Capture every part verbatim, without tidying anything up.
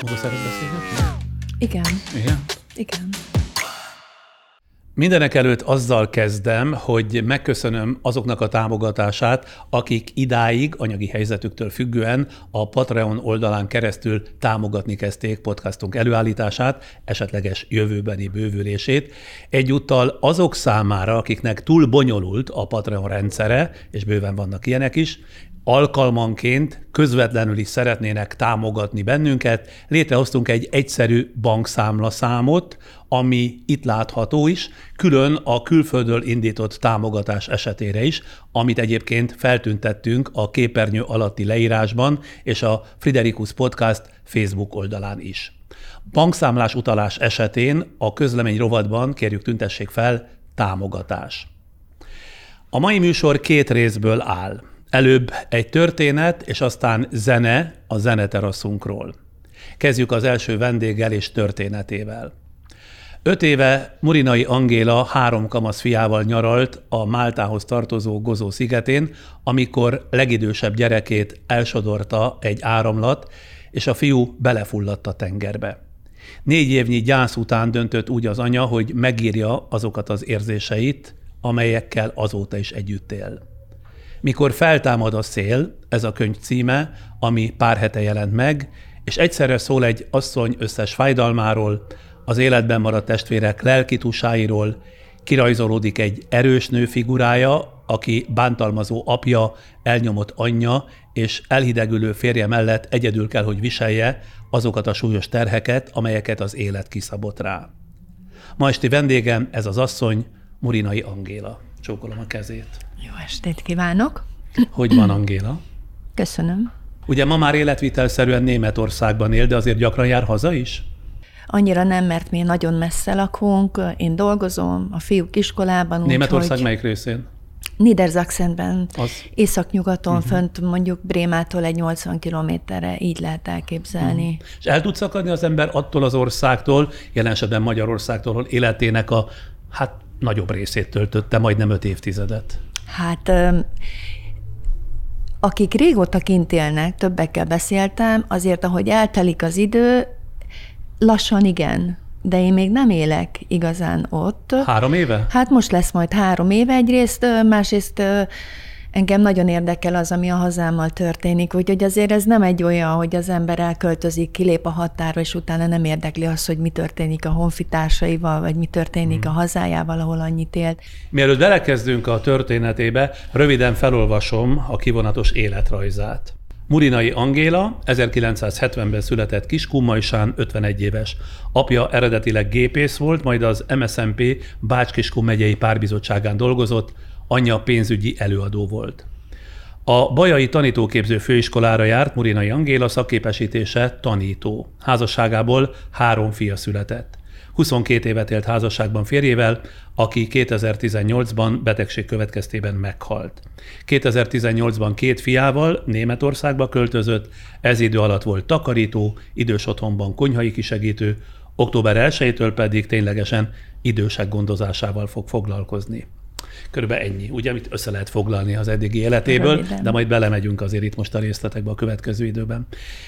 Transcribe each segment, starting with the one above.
Angol szeret beszélni? Igen. Igen? Igen. Mindenek előtt azzal kezdem, hogy megköszönöm azoknak a támogatását, akik idáig anyagi helyzetüktől függően a Patreon oldalán keresztül támogatni kezdték podcastunk előállítását, esetleges jövőbeni bővülését. Egyúttal azok számára, akiknek túl bonyolult a Patreon rendszere, és bőven vannak ilyenek is, alkalmanként közvetlenül is szeretnének támogatni bennünket, létrehoztunk egy egyszerű bankszámlaszámot, ami itt látható is, külön a külföldről indított támogatás esetére is, amit egyébként feltüntettünk a képernyő alatti leírásban és a Friderikus Podcast Facebook oldalán is. Bankszámlás utalás esetén a közlemény rovatban kérjük tüntessék fel támogatás. A mai műsor két részből áll. Előbb egy történet, és aztán zene a zeneteraszunkról. Kezdjük az első vendéggel és történetével. Öt éve Murinai Angéla három kamasz fiával nyaralt a Máltához tartozó Gozó szigetén, amikor legidősebb gyerekét elsodorta egy áramlat, és a fiú belefulladt a tengerbe. Négy évnyi gyász után döntött úgy az anya, hogy megírja azokat az érzéseit, amelyekkel azóta is együtt él. Mikor feltámad a szél, ez a könyv címe, ami pár hete jelent meg, és egyszerre szól egy asszony összes fájdalmáról, az életben maradt testvérek lelkitusáiról, kirajzolódik egy erős nő figurája, aki bántalmazó apja, elnyomott anyja és elhidegülő férje mellett egyedül kell, hogy viselje azokat a súlyos terheket, amelyeket az élet kiszabott rá. Ma esti vendégem ez az asszony, Murinai Angéla. Csókolom a kezét. Jó estét kívánok! Hogy van, Angéla? Köszönöm. Ugye ma már életvitelszerűen Németországban él, de azért gyakran jár haza is? Annyira nem, mert mi nagyon messze lakunk, én dolgozom, a fiúk iskolában. Németország úgy, melyik részén? Niedersachsenben, az... északnyugaton, uh-huh. fönt mondjuk Brémától egy nyolcvan kilométerre, így lehet elképzelni. Uh-huh. És el tud szakadni az ember attól az országtól, jelen esetben Magyarországtól, ahol életének a hát nagyobb részét töltötte, majdnem öt évtizedet? Hát... akik régóta kint élnek, többekkel beszéltem, azért, ahogy eltelik az idő, lassan igen, de én még nem élek igazán ott. Három éve? Hát most lesz majd három éve egyrészt, másrészt engem nagyon érdekel az, ami a hazámmal történik, úgyhogy azért ez nem egy olyan, hogy az ember elköltözik, kilép a határa, és utána nem érdekli az, hogy mi történik a honfitársaival, vagy mi történik hmm. a hazájával, ahol annyit élt. Mielőtt belekezdünk a történetébe, röviden felolvasom a kivonatos életrajzát. Murinai Angéla ezerkilencszázhetvenben született Kiskunmajsán, ötvenegy éves. Apja eredetileg gépész volt, majd az em es zé pé Bács-Kiskun megyei párbizottságán dolgozott, anyja pénzügyi előadó volt. A Bajai Tanítóképző Főiskolára járt Murinai Angéla, szakképesítése tanító. Házasságából három fia született. huszonkét évet élt házasságban férjével, aki kétezer-tizennyolcban betegség következtében meghalt. kétezer-tizennyolcban két fiával Németországba költözött, ez idő alatt volt takarító, idős otthonban konyhai kisegítő, október elsejétől pedig ténylegesen idősek gondozásával fog foglalkozni. Körülbelül ennyi, ugye, amit össze lehet foglalni az eddigi életéből, röviden. De majd belemegyünk azért itt most a részletekbe a következő időben.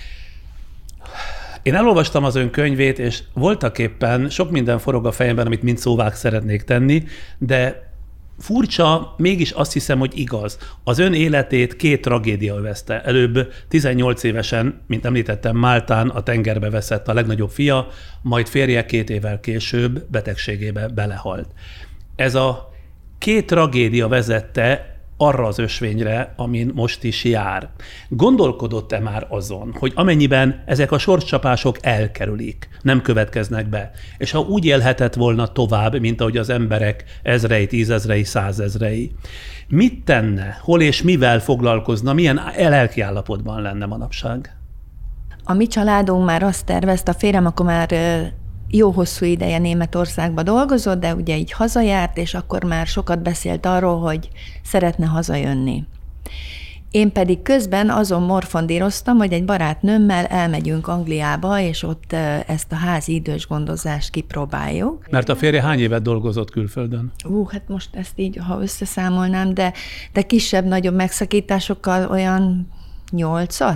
Én elolvastam az ön könyvét, és voltaképpen sok minden forog a fejemben, amit mind szóvá szeretnék tenni, de furcsa, mégis azt hiszem, hogy igaz. Az ön életét két tragédia övezte. Előbb tizennyolc évesen, mint említettem, Máltán a tengerbe veszett a legnagyobb fia, majd férje két évvel később betegségébe belehalt. Ez a két tragédia vezette arra az ösvényre, amin most is jár. Gondolkodott-e már azon, hogy amennyiben ezek a sorscsapások elkerülik, nem következnek be, és ha úgy élhetett volna tovább, mint ahogy az emberek ezrei, tízezrei, százezrei, mit tenne, hol és mivel foglalkozna, milyen lelki állapotban lenne manapság? A mi családunk már azt tervezte, a férjem akkor már jó hosszú ideje Németországba dolgozott, de ugye így hazajárt, és akkor már sokat beszélt arról, hogy szeretne hazajönni. Én pedig közben azon morfondíroztam, hogy egy barátnőmmel elmegyünk Angliába, és ott ezt a házi idős gondozást kipróbáljuk. Mert a férje hány évet dolgozott külföldön? Ú, hát most ezt így, ha összeszámolnám, de, de kisebb-nagyobb megszakításokkal olyan nyolcat,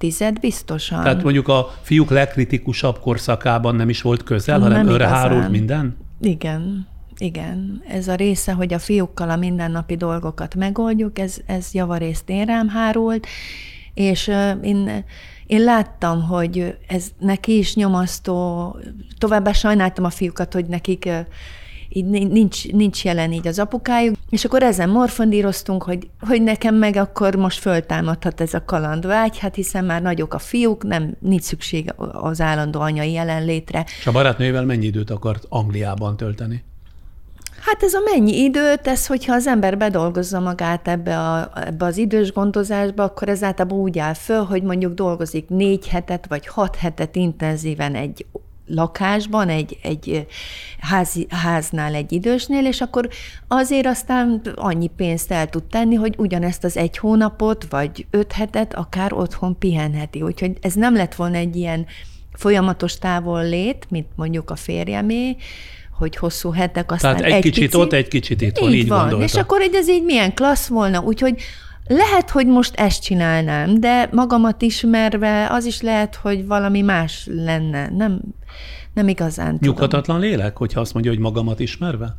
évtized biztosan. Tehát mondjuk a fiúk legkritikusabb korszakában nem is volt közel, Nem hanem igazán. örehárult minden? Igen, igen. Ez a része, hogy a fiúkkal a mindennapi dolgokat megoldjuk, ez, ez javarészt én rám hárult, és uh, én, én láttam, hogy ez neki is nyomasztó, továbbá sajnáltam a fiúkat, hogy nekik uh, így nincs, nincs jelen így az apukájuk, és akkor ezen morfondíroztunk, hogy, hogy nekem meg akkor most föltámadhat ez a kalandvágy, hát hiszen már nagyok a fiúk, nem nincs szükség az állandó anyai jelenlétre. És a barátnőjével mennyi időt akart Angliában tölteni? Hát ez a mennyi időt, ez, hogyha az ember bedolgozza magát ebbe, a, ebbe az idős gondozásba, akkor ez általában úgy áll föl, hogy mondjuk dolgozik négy hetet, vagy hat hetet intenzíven egy lakásban, egy, egy házi, háznál, egy idősnél, és akkor azért aztán annyi pénzt el tud tenni, hogy ugyanezt az egy hónapot, vagy öt hetet akár otthon pihenheti. Úgyhogy ez nem lett volna egy ilyen folyamatos távollét, mint mondjuk a férjemé, hogy hosszú hetek, aztán Tehát egy, egy kicsit pici, ott, egy kicsit itt van, így, így van. Gondolta. És akkor ez így milyen klassz volna, úgyhogy lehet, hogy most ezt csinálnám, de magamat ismerve az is lehet, hogy valami más lenne. Nem, nem igazán tudom. Nyughatatlan lélek, hogyha azt mondja, hogy magamat ismerve?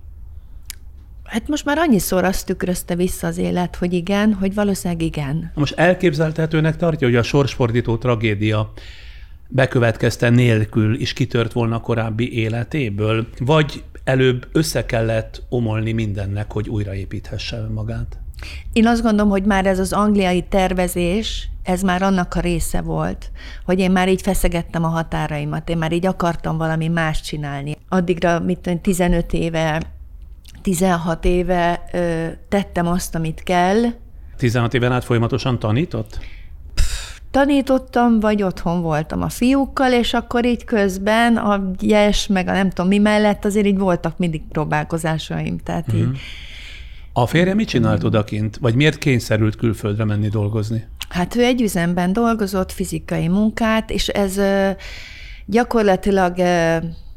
Hát most már annyiszor azt tükrözte vissza az élet, hogy igen, hogy valószínűleg igen. Most elképzelhetőnek tartja, hogy a sorsfordító tragédia bekövetkezte nélkül is kitört volna korábbi életéből, vagy előbb össze kellett omolni mindennek, hogy újraépíthesse magát? Én azt gondolom, hogy már ez az angliai tervezés, ez már annak a része volt, hogy én már így feszegettem a határaimat, én már így akartam valami más csinálni. Addigra, mit tudom, tizenöt éve, tizenhat éve ö, tettem azt, amit kell. tizenhat éven át folyamatosan tanított? Tanítottam, vagy otthon voltam a fiúkkal, és akkor így közben a gyes, meg a nem tudom mi mellett azért így voltak mindig próbálkozásaim. Tehát uh-huh. így. A férje mit csinált odakint? Vagy miért kényszerült külföldre menni dolgozni? Hát ő egy üzemben dolgozott, fizikai munkát, és ez ö, gyakorlatilag ö,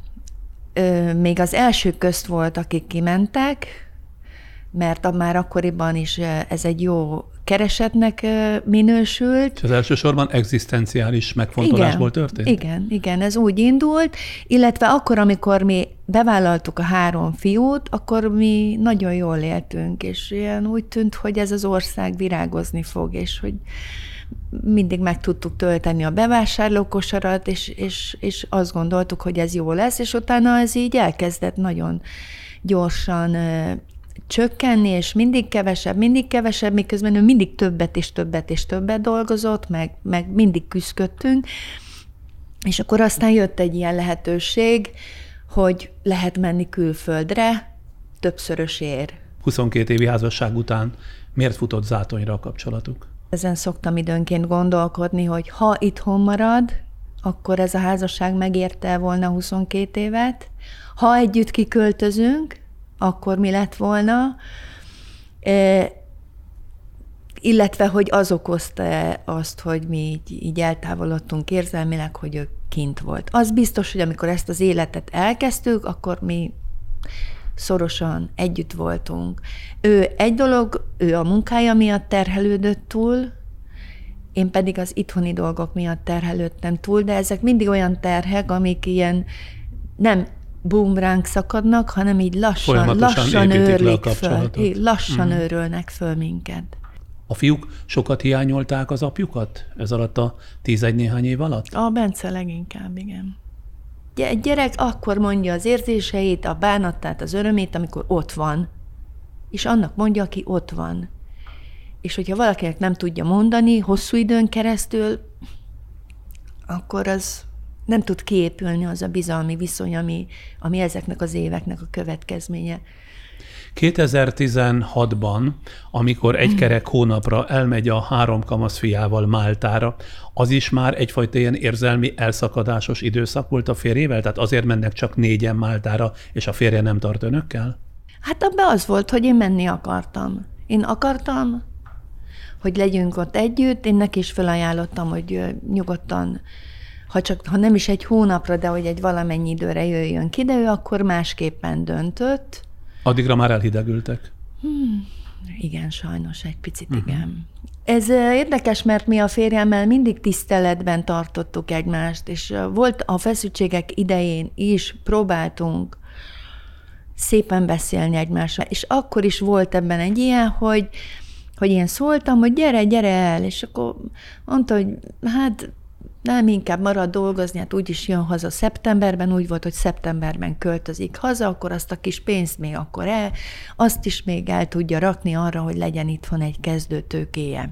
ö, még az első közt volt, akik kimentek, mert már akkoriban is ez egy jó keresetnek minősült. És az elsősorban egzisztenciális megfontolásból igen, történt? Igen, igen, ez úgy indult, illetve akkor, amikor mi bevállaltuk a három fiút, akkor mi nagyon jól éltünk, és ilyen úgy tűnt, hogy ez az ország virágozni fog, és hogy mindig meg tudtuk tölteni a bevásárlókosarat, és, és, és azt gondoltuk, hogy ez jó lesz, és utána ez így elkezdett nagyon gyorsan csökkenni, és mindig kevesebb, mindig kevesebb, miközben ő mindig többet és többet és többet dolgozott, meg, meg mindig küzdködtünk, és akkor aztán jött egy ilyen lehetőség, hogy lehet menni külföldre többszörösért. huszonkét évi házasság után miért futott zátonyra a kapcsolatuk? Ezen szoktam időnként gondolkodni, hogy ha itthon marad, akkor ez a házasság megérte volna huszonkét évet. Ha együtt kiköltözünk, akkor mi lett volna, e, illetve, hogy az okozta azt, hogy mi így, így eltávolodtunk érzelmileg, hogy ő kint volt. Az biztos, hogy amikor ezt az életet elkezdtük, akkor mi szorosan együtt voltunk. Ő egy dolog, ő a munkája miatt terhelődött túl, én pedig az itthoni dolgok miatt terhelődtem túl, de ezek mindig olyan terhek, amik ilyen nem boomerang szakadnak, hanem így lassan, lassan őrlik föl. Lassan hmm. őrölnek föl minket. A fiúk sokat hiányolták az apjukat ez alatt a tizegy néhány év alatt? A Bence leginkább, igen. Egy gyerek akkor mondja az érzéseit, a bánatát, az örömét, amikor ott van. És annak mondja, aki ott van. És hogyha valakinek nem tudja mondani hosszú időn keresztül, akkor az nem tud kiépülni az a bizalmi viszony, ami, ami ezeknek az éveknek a következménye. kétezer-tizenhatban, amikor egy kerek hónapra elmegy a három kamasz fiával Máltára, az is már egyfajta ilyen érzelmi elszakadásos időszak volt a férjével? Tehát azért mennek csak négyen Máltára, és a férje nem tart önökkel? Hát abban az volt, hogy én menni akartam. Én akartam, hogy legyünk ott együtt, én neki is felajánlottam, hogy nyugodtan, ha, csak, ha nem is egy hónapra, de hogy egy valamennyi időre jöjjön ki, de ő akkor másképpen döntött. Addigra már elhidegültek? Hmm, igen, sajnos, egy picit uh-huh. igen. Ez érdekes, mert mi a férjemmel mindig tiszteletben tartottuk egymást, és volt a feszültségek idején is, próbáltunk szépen beszélni egymással, és akkor is volt ebben egy ilyen, hogy, hogy én szóltam, hogy gyere, gyere el, és akkor mondta, hogy hát nem, inkább marad dolgozni, hát úgyis jön haza szeptemberben, úgy volt, hogy szeptemberben költözik haza, akkor azt a kis pénzt még akkor el, azt is még el tudja rakni arra, hogy legyen itthon egy kezdőtőkéje.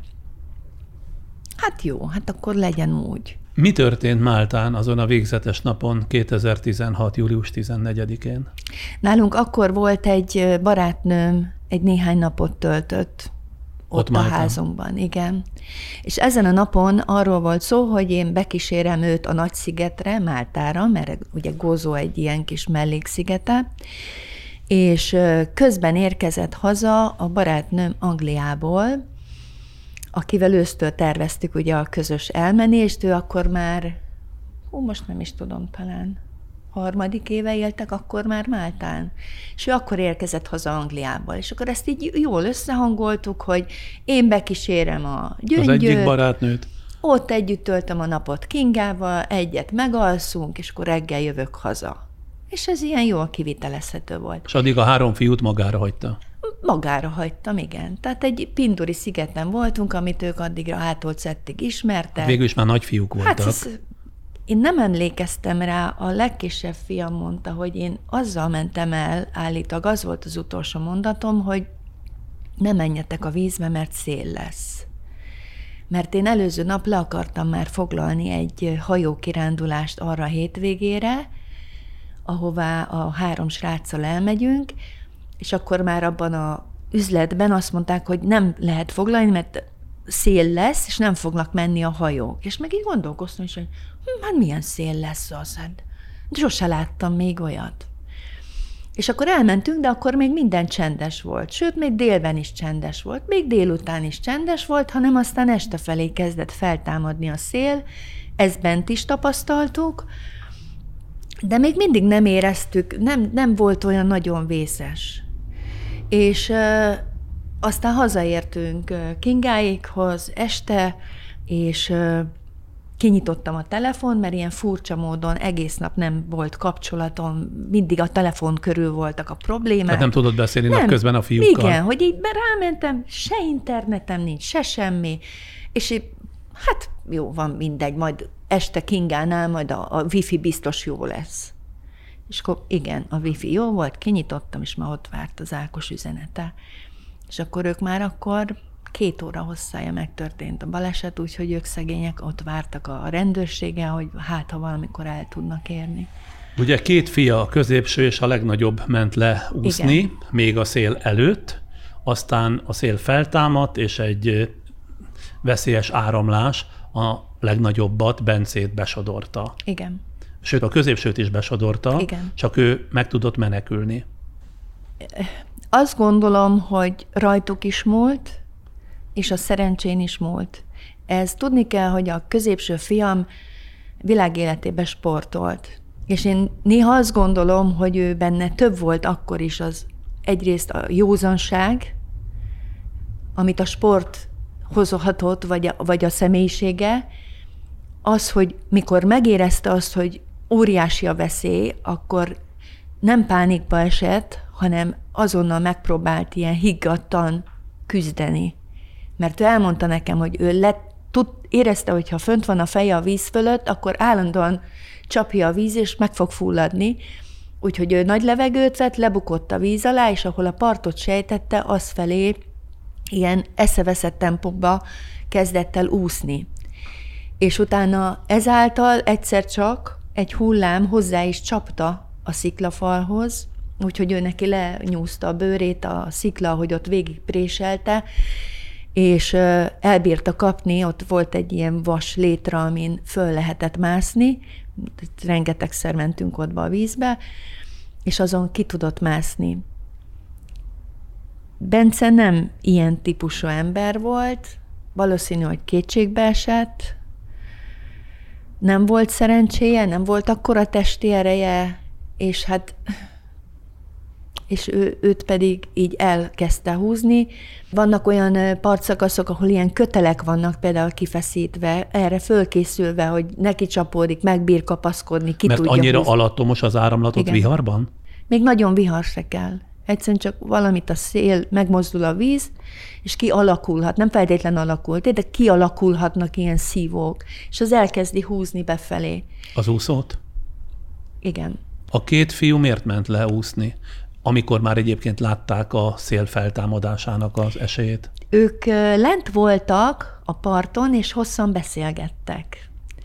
Hát jó, hát akkor legyen úgy. Mi történt Máltán azon a végzetes napon kétezer-tizenhat. július tizennegyedikén? Nálunk akkor volt egy barátnőm, egy néhány napot töltött ott, ott a házunkban, igen. És ezen a napon arról volt szó, hogy én bekísérem őt a Nagyszigetre, Máltára, mert ugye Gozo egy ilyen kis mellékszigete, és közben érkezett haza a barátnőm Angliából, akivel ősztől terveztük ugye a közös elmenést, ő akkor már, hú, most nem is tudom, talán harmadik éve éltek akkor már Máltán, és ő akkor érkezett haza Angliából, és akkor ezt így jól összehangoltuk, hogy én bekísérem a Gyöngyöt. Az egyik barátnőt. Ott együtt töltöm a napot Kingával, egyet megalszunk, és akkor reggel jövök haza. És ez ilyen jól kivitelezhető volt. És addig a három fiút magára hagyta? Magára hagytam, igen. Tehát egy Pinduri szigeten voltunk, amit ők addigra átolt szettig ismertek. Végül is már nagyfiúk voltak. Hát ez, én nem emlékeztem rá, a legkisebb fiam mondta, hogy én azzal mentem el, állítólag az volt az utolsó mondatom, hogy ne menjetek a vízbe, mert szél lesz. Mert én előző nap le akartam már foglalni egy hajókirándulást arra a hétvégére, ahová a három sráccal elmegyünk, és akkor már abban az üzletben azt mondták, hogy nem lehet foglalni, mert szél lesz, és nem fognak menni a hajók. És meg így gondolkoztam is, hogy hm, hát milyen szél lesz az, hát sose láttam még olyat. És akkor elmentünk, de akkor még minden csendes volt. Sőt, még délben is csendes volt, még délután is csendes volt, hanem aztán este felé kezdett feltámadni a szél, ezt bent is tapasztaltuk, de még mindig nem éreztük, nem, nem volt olyan nagyon vészes. És ö, aztán hazaértünk ö, Kingáékhoz este, és ö, kinyitottam a telefon, mert ilyen furcsa módon egész nap nem volt kapcsolatom, mindig a telefon körül voltak a problémák. Hát nem tudod beszélni nem, napközben a fiúkkal. Igen, hogy így rámentem, se internetem nincs, se semmi, és így, hát jó, van mindegy, majd este Kingánál majd a, a wifi biztos jó lesz. És akkor igen, a wifi jó volt, kinyitottam, és már ott várt az Ákos üzenete. És akkor ők már akkor két óra hosszája megtörtént a baleset, úgyhogy ők szegények ott vártak a rendőrséggel, hogy hát, ha valamikor el tudnak érni. Ugye két fia, a középső és a legnagyobb ment le úszni, igen, még a szél előtt, aztán a szél feltámadt, és egy veszélyes áramlás a legnagyobbat, Bencét besodorta. Igen. Sőt, a középsőt is besodorta, igen, csak ő meg tudott menekülni. Azt gondolom, hogy rajtuk is múlt, és a szerencsén is múlt. Ez tudni kell, hogy a középső fiam világéletében sportolt. És én néha azt gondolom, hogy ő benne több volt akkor is az egyrészt a józanság, amit a sport hozhatott, vagy a, vagy a személyisége, az, hogy mikor megérezte azt, hogy óriási a veszély, akkor nem pánikba esett, hanem azonnal megpróbált ilyen higgadtan küzdeni. Mert ő elmondta nekem, hogy ő lett, tud, érezte, hogy ha fönt van a feje a víz fölött, akkor állandóan csapja a víz, és meg fog fulladni. Úgyhogy ő nagy levegőt vett, lebukott a víz alá, és ahol a partot sejtette, az felé ilyen eszeveszett tempóba kezdett el úszni. És utána ezáltal egyszer csak egy hullám hozzá is csapta a sziklafalhoz, úgyhogy ő neki lenyúzta a bőrét a szikla, hogy ott végig préselte, és elbírta kapni, ott volt egy ilyen vas létra, amin föl lehetett mászni, rengetegszer mentünk ott be a vízbe, és azon ki tudott mászni. Bence nem ilyen típusú ember volt, valószínű, hogy kétségbe esett, nem volt szerencséje, nem volt akkora testi ereje, és hát és ő, őt pedig így elkezdte húzni. Vannak olyan partszakaszok, ahol ilyen kötelek vannak például kifeszítve, erre fölkészülve, hogy neki csapódik, megbír kapaszkodni, ki Mert tudja annyira húzni. alattomos az áramlatot Igen. viharban? Még nagyon vihar se kell. Egyszerűen csak valamit a szél, megmozdul a víz, és kialakulhat, nem feltétlen alakult, de kialakulhatnak ilyen szívók, és az elkezdi húzni befelé. Az úszót? Igen. A két fiú miért ment le úszni, amikor már egyébként látták a szél feltámadásának az esélyét? Ők lent voltak a parton, és hosszan beszélgettek.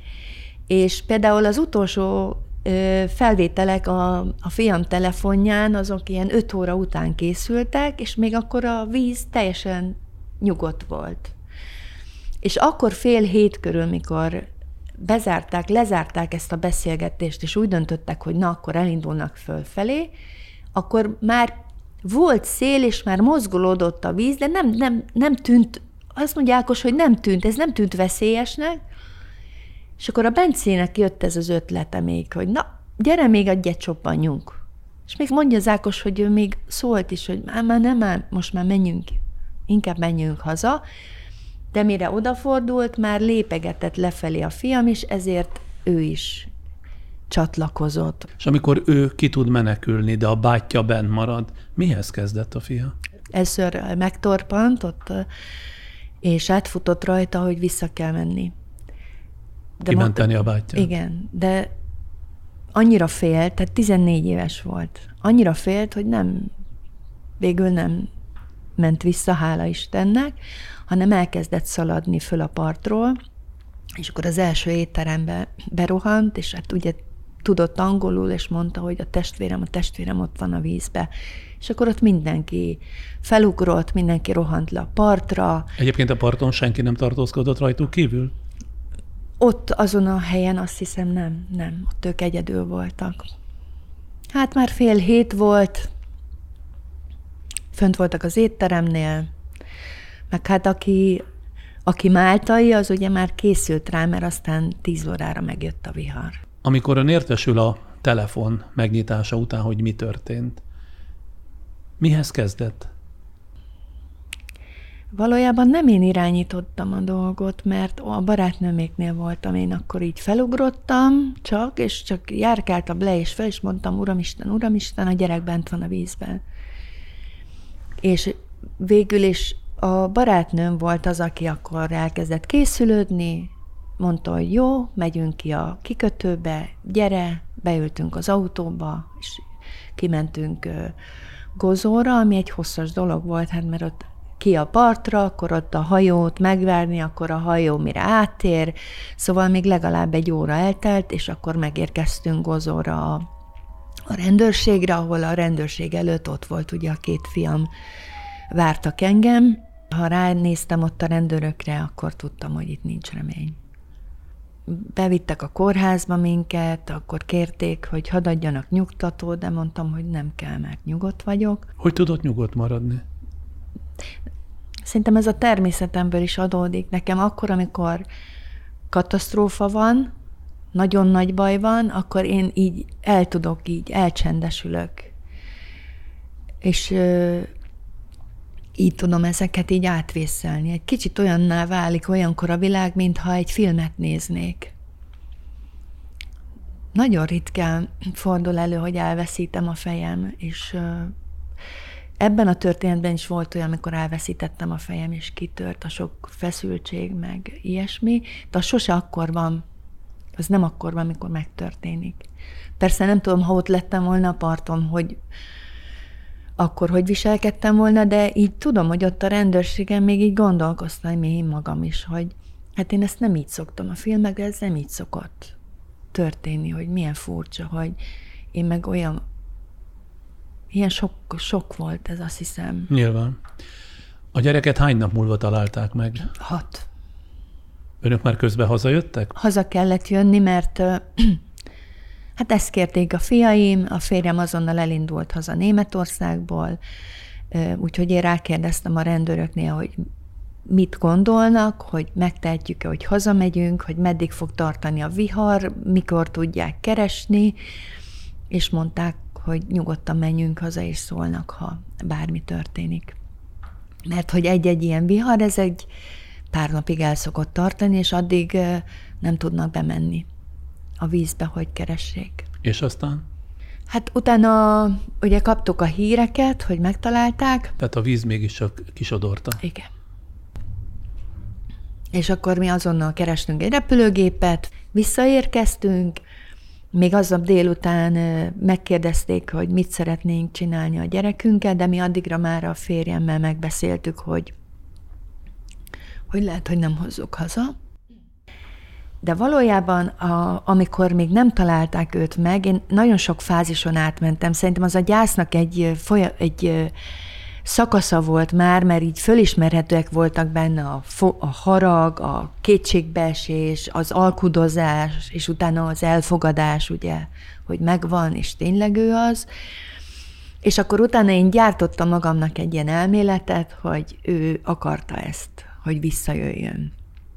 És például az utolsó felvételek a, a fiam telefonján, azok ilyen öt óra után készültek, és még akkor a víz teljesen nyugodt volt. És akkor fél hét körül, mikor bezárták, lezárták ezt a beszélgetést, és úgy döntöttek, hogy na, akkor elindulnak fölfelé, akkor már volt szél, és már mozgolódott a víz, de nem, nem, nem tűnt, azt mondja Ákos, hogy nem tűnt, ez nem tűnt veszélyesnek, és akkor a Bencének jött ez az ötlete még, hogy na, gyere még egyet csobbanjunk. És még mondja az Ákos, hogy ő még szólt is, hogy már, már nem, már, most már menjünk, inkább menjünk haza, de mire odafordult, már lépegetett lefelé a fiam, és ezért ő is csatlakozott. És amikor ő ki tud menekülni, de a bátyja benn marad, mihez kezdett a fia? Először megtorpant ott, és átfutott rajta, hogy vissza kell menni. De kimenteni a bátyja? Igen, de annyira félt, tehát tizennégy éves volt. Annyira félt, hogy nem, végül nem ment vissza, hála Istennek, hanem elkezdett szaladni föl a partról, és akkor az első étterembe berohant, és hát ugye tudott angolul, és mondta, hogy a testvérem, a testvérem ott van a vízbe. És akkor ott mindenki felugrott, mindenki rohant le a partra. Egyébként a parton senki nem tartózkodott rajtuk kívül? Ott azon a helyen azt hiszem nem, nem, ott ők egyedül voltak. Hát már fél hét volt, fönt voltak az étteremnél, meg hát aki, aki máltai, az ugye már készült rá, mert aztán tíz órára megjött a vihar. Amikor ön értesül a telefon megnyitása után, hogy mi történt, mihez kezdett? Valójában nem én irányítottam a dolgot, mert a barátnőméknél voltam, én akkor így felugrottam csak, és csak járkáltam le és fel, és mondtam, Uramisten, Uramisten, a gyerek bent van a vízben. És végül is a barátnőm volt az, aki akkor elkezdett készülődni, mondta, hogy jó, megyünk ki a kikötőbe, gyere, beültünk az autóba, és kimentünk Gozóra, ami egy hosszas dolog volt, hát mert ott ki a partra, akkor ott a hajót megvárni, akkor a hajó mire átér, szóval még legalább egy óra eltelt, és akkor megérkeztünk Gozóra a, a rendőrségre, ahol a rendőrség előtt ott volt ugye a két fiam, vártak engem. Ha ránéztem ott a rendőrökre, akkor tudtam, hogy itt nincs remény. Bevittek a kórházba minket, akkor kérték, hogy hadd adjanak nyugtatót, de mondtam, hogy nem kell, mert nyugodt vagyok. Hogy tudott nyugodt maradni? Szerintem ez a természetemből is adódik. Nekem akkor, amikor katasztrófa van, nagyon nagy baj van, akkor én így el tudok, így elcsendesülök. És ö, így tudom ezeket így átvészelni. Egy kicsit olyanná válik olyankor a világ, mintha egy filmet néznék. Nagyon ritkán fordul elő, hogy elveszítem a fejem, és ö, ebben a történetben is volt olyan, amikor elveszítettem a fejem, és kitört a sok feszültség, meg ilyesmi, de az sose akkor van, az nem akkor van, amikor megtörténik. Persze nem tudom, ha ott lettem volna a parton, hogy akkor hogy viselkedtem volna, de így tudom, hogy ott a rendőrségen még így gondolkoztam, hogy én magam is, hogy hát én ezt nem így szoktam a filmekre, ez nem így szokott történni, hogy milyen furcsa, hogy én meg olyan Ilyen sok, sok volt ez, azt hiszem. Nyilván. A gyereket hány nap múlva találták meg? Hat. Önök már közben hazajöttek? Haza kellett jönni, mert hát ezt kérték a fiaim, a férjem azonnal elindult haza Németországból, úgyhogy én rákérdeztem a rendőröknél, hogy mit gondolnak, hogy megtehetjük-e, hogy hazamegyünk, hogy meddig fog tartani a vihar, mikor tudják keresni, és mondták, hogy nyugodtan menjünk haza, és szólnak, ha bármi történik. Mert hogy egy-egy ilyen vihar, ez egy pár napig el szokott tartani, és addig nem tudnak bemenni a vízbe, hogy keressék. És aztán? Hát utána ugye kaptuk a híreket, hogy megtalálták. Tehát a víz mégis csak kisodorta. Igen. És akkor mi azonnal kerestünk egy repülőgépet, visszaérkeztünk, még aznap délután megkérdezték, hogy mit szeretnénk csinálni a gyerekünkkel, de mi addigra már a férjemmel megbeszéltük, hogy, hogy lehet, hogy nem hozzuk haza. De valójában, a, amikor még nem találták őt meg, én nagyon sok fázison átmentem. Szerintem az a gyásznak egy, folya, egy szakasza volt már, mert így fölismerhetőek voltak benne a, fo- a harag, a kétségbeesés, az alkudozás, és utána az elfogadás, ugye, hogy megvan, és tényleg ő az. És akkor utána én gyártottam magamnak egy ilyen elméletet, hogy ő akarta ezt, hogy visszajöjjön.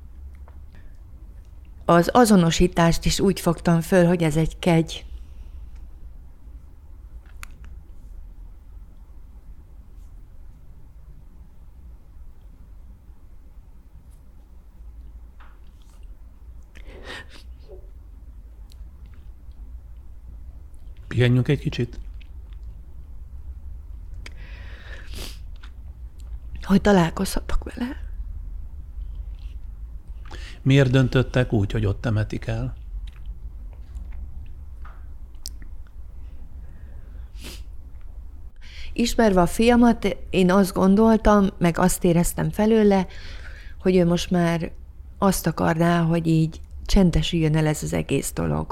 Az azonosítást is úgy fogtam föl, hogy ez egy kegy. Pihenjünk egy kicsit? Hogy találkozhatok vele. Miért döntöttek úgy, hogy ott temetik el? Ismerve a fiamat, én azt gondoltam, meg azt éreztem felőle, hogy ő most már azt akarná, hogy így csendesüljön el ez az egész dolog.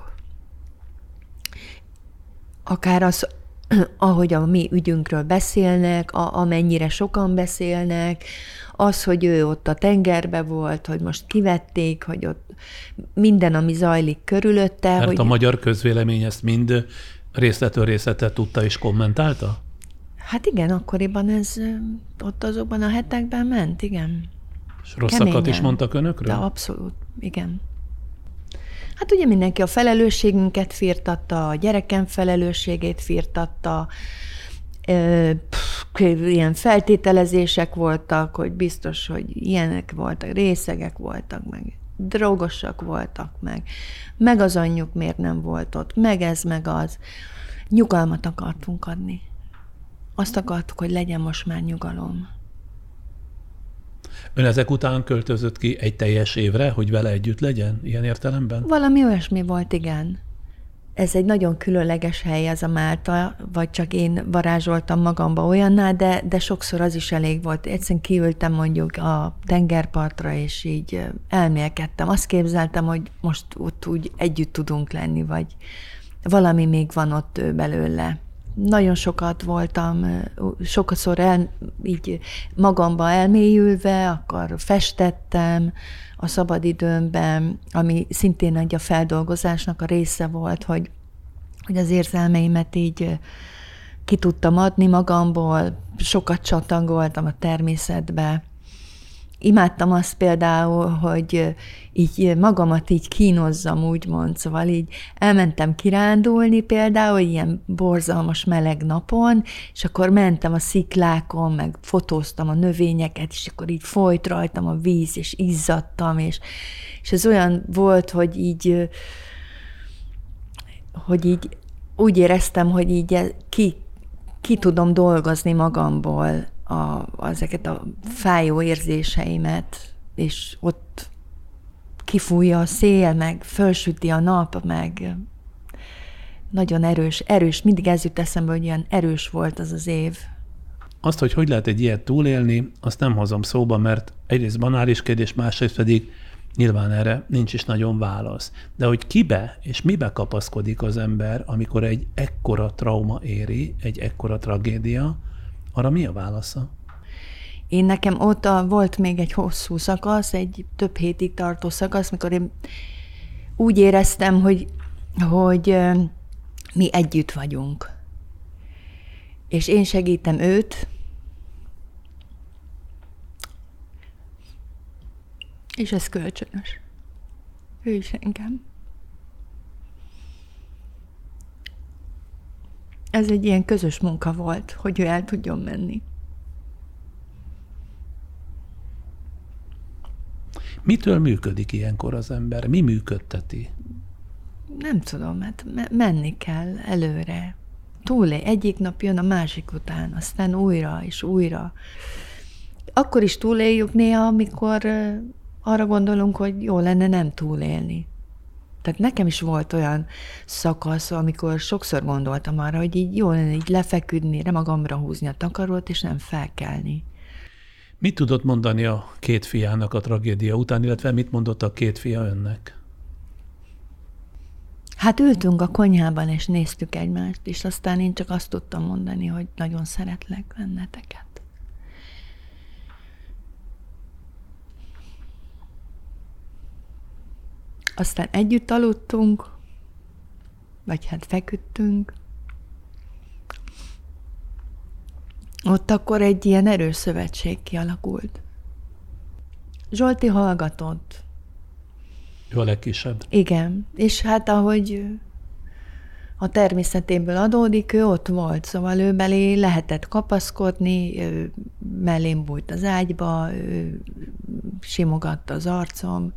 Akár az, ahogy a mi ügyünkről beszélnek, a, amennyire sokan beszélnek, az, hogy ő ott a tengerbe volt, hogy most kivették, hogy ott minden, ami zajlik körülötte. Mert hogy... a magyar közvélemény ezt mind részletről részletet tudta és kommentálta? Hát igen, akkoriban ez ott azokban a hetekben ment, igen. És rosszakat Keményen. Is mondtak önökről? De abszolút, igen. Hát ugye mindenki a felelősségünket firtatta, a gyerekem felelősségét firtatta, pff, ilyen feltételezések voltak, hogy biztos, hogy ilyenek voltak, részegek voltak, meg drogosak voltak, meg, meg az anyjuk miért nem volt ott, meg ez, meg az. Nyugalmat akartunk adni. Azt akartuk, hogy legyen most már nyugalom. Ön ezek után költözött ki egy teljes évre, hogy vele együtt legyen, ilyen értelemben? Valami olyasmi volt, igen. Ez egy nagyon különleges hely, ez a Málta, vagy csak én varázsoltam magamba olyanná, de, de sokszor az is elég volt. Egyszerűen kiültem mondjuk a tengerpartra, és így elmélkedtem. Azt képzeltem, hogy most ott úgy együtt tudunk lenni, vagy valami még van ott belőle. Nagyon sokat voltam, sokszor el, így magamba elmélyülve, akkor festettem a szabadidőmben, ami szintén egy a feldolgozásnak a része volt, hogy, hogy az érzelmeimet így ki tudtam adni magamból, sokat csatangoltam a természetbe. Imádtam azt például, hogy így magamat így kínozzam, úgymond, szóval így elmentem kirándulni például, ilyen borzalmas meleg napon, és akkor mentem a sziklákon, meg fotóztam a növényeket, és akkor így folyt rajtam a víz, és izzadtam, és, és ez olyan volt, hogy így, hogy így úgy éreztem, hogy így ki, ki tudom dolgozni magamból A, ezeket a fájó érzéseimet, és ott kifújja a szél, meg fölsüti a nap, meg nagyon erős, erős, mindig ez jut eszembe, hogy ilyen erős volt az az év. Azt, hogy hogy lehet egy ilyet túlélni, azt nem hozom szóba, mert egyrészt banális kérdés, másrészt pedig nyilván erre nincs is nagyon válasz. De hogy kibe és mibe kapaszkodik az ember, amikor egy ekkora trauma éri, egy ekkora tragédia, arra mi a válasza? Én nekem ott a, volt még egy hosszú szakasz, egy több hétig tartó szakasz, mikor én úgy éreztem, hogy, hogy mi együtt vagyunk. És én segítem őt, és ez kölcsönös. Ő is engem. ez egy ilyen közös munka volt, hogy ő el tudjon menni. Mitől működik ilyenkor az ember? Mi működteti? Nem tudom, hát menni kell előre. Túlé, egyik nap jön a másik után, aztán újra és újra. Akkor is túléljük néha, amikor arra gondolunk, hogy jó lenne nem túlélni. Tehát nekem is volt olyan szakasz, amikor sokszor gondoltam arra, hogy így jó lenne így lefeküdni, de magamra húzni a takarót, és nem felkelni. Mit tudott mondani a két fiának a tragédia után, illetve mit mondott a két fia önnek? Hát ültünk a konyhában, és néztük egymást, és aztán én csak azt tudtam mondani, hogy nagyon szeretlek benneteket. Aztán együtt aludtunk, vagy hát feküdtünk. Ott akkor egy ilyen erős szövetség kialakult. Zsolti hallgatott. Ő a legkisebb. Igen, és hát ahogy a természetéből adódik, ő ott volt, szóval ő belé lehetett kapaszkodni, ő mellém bújt az ágyba, ő simogatta az arcom.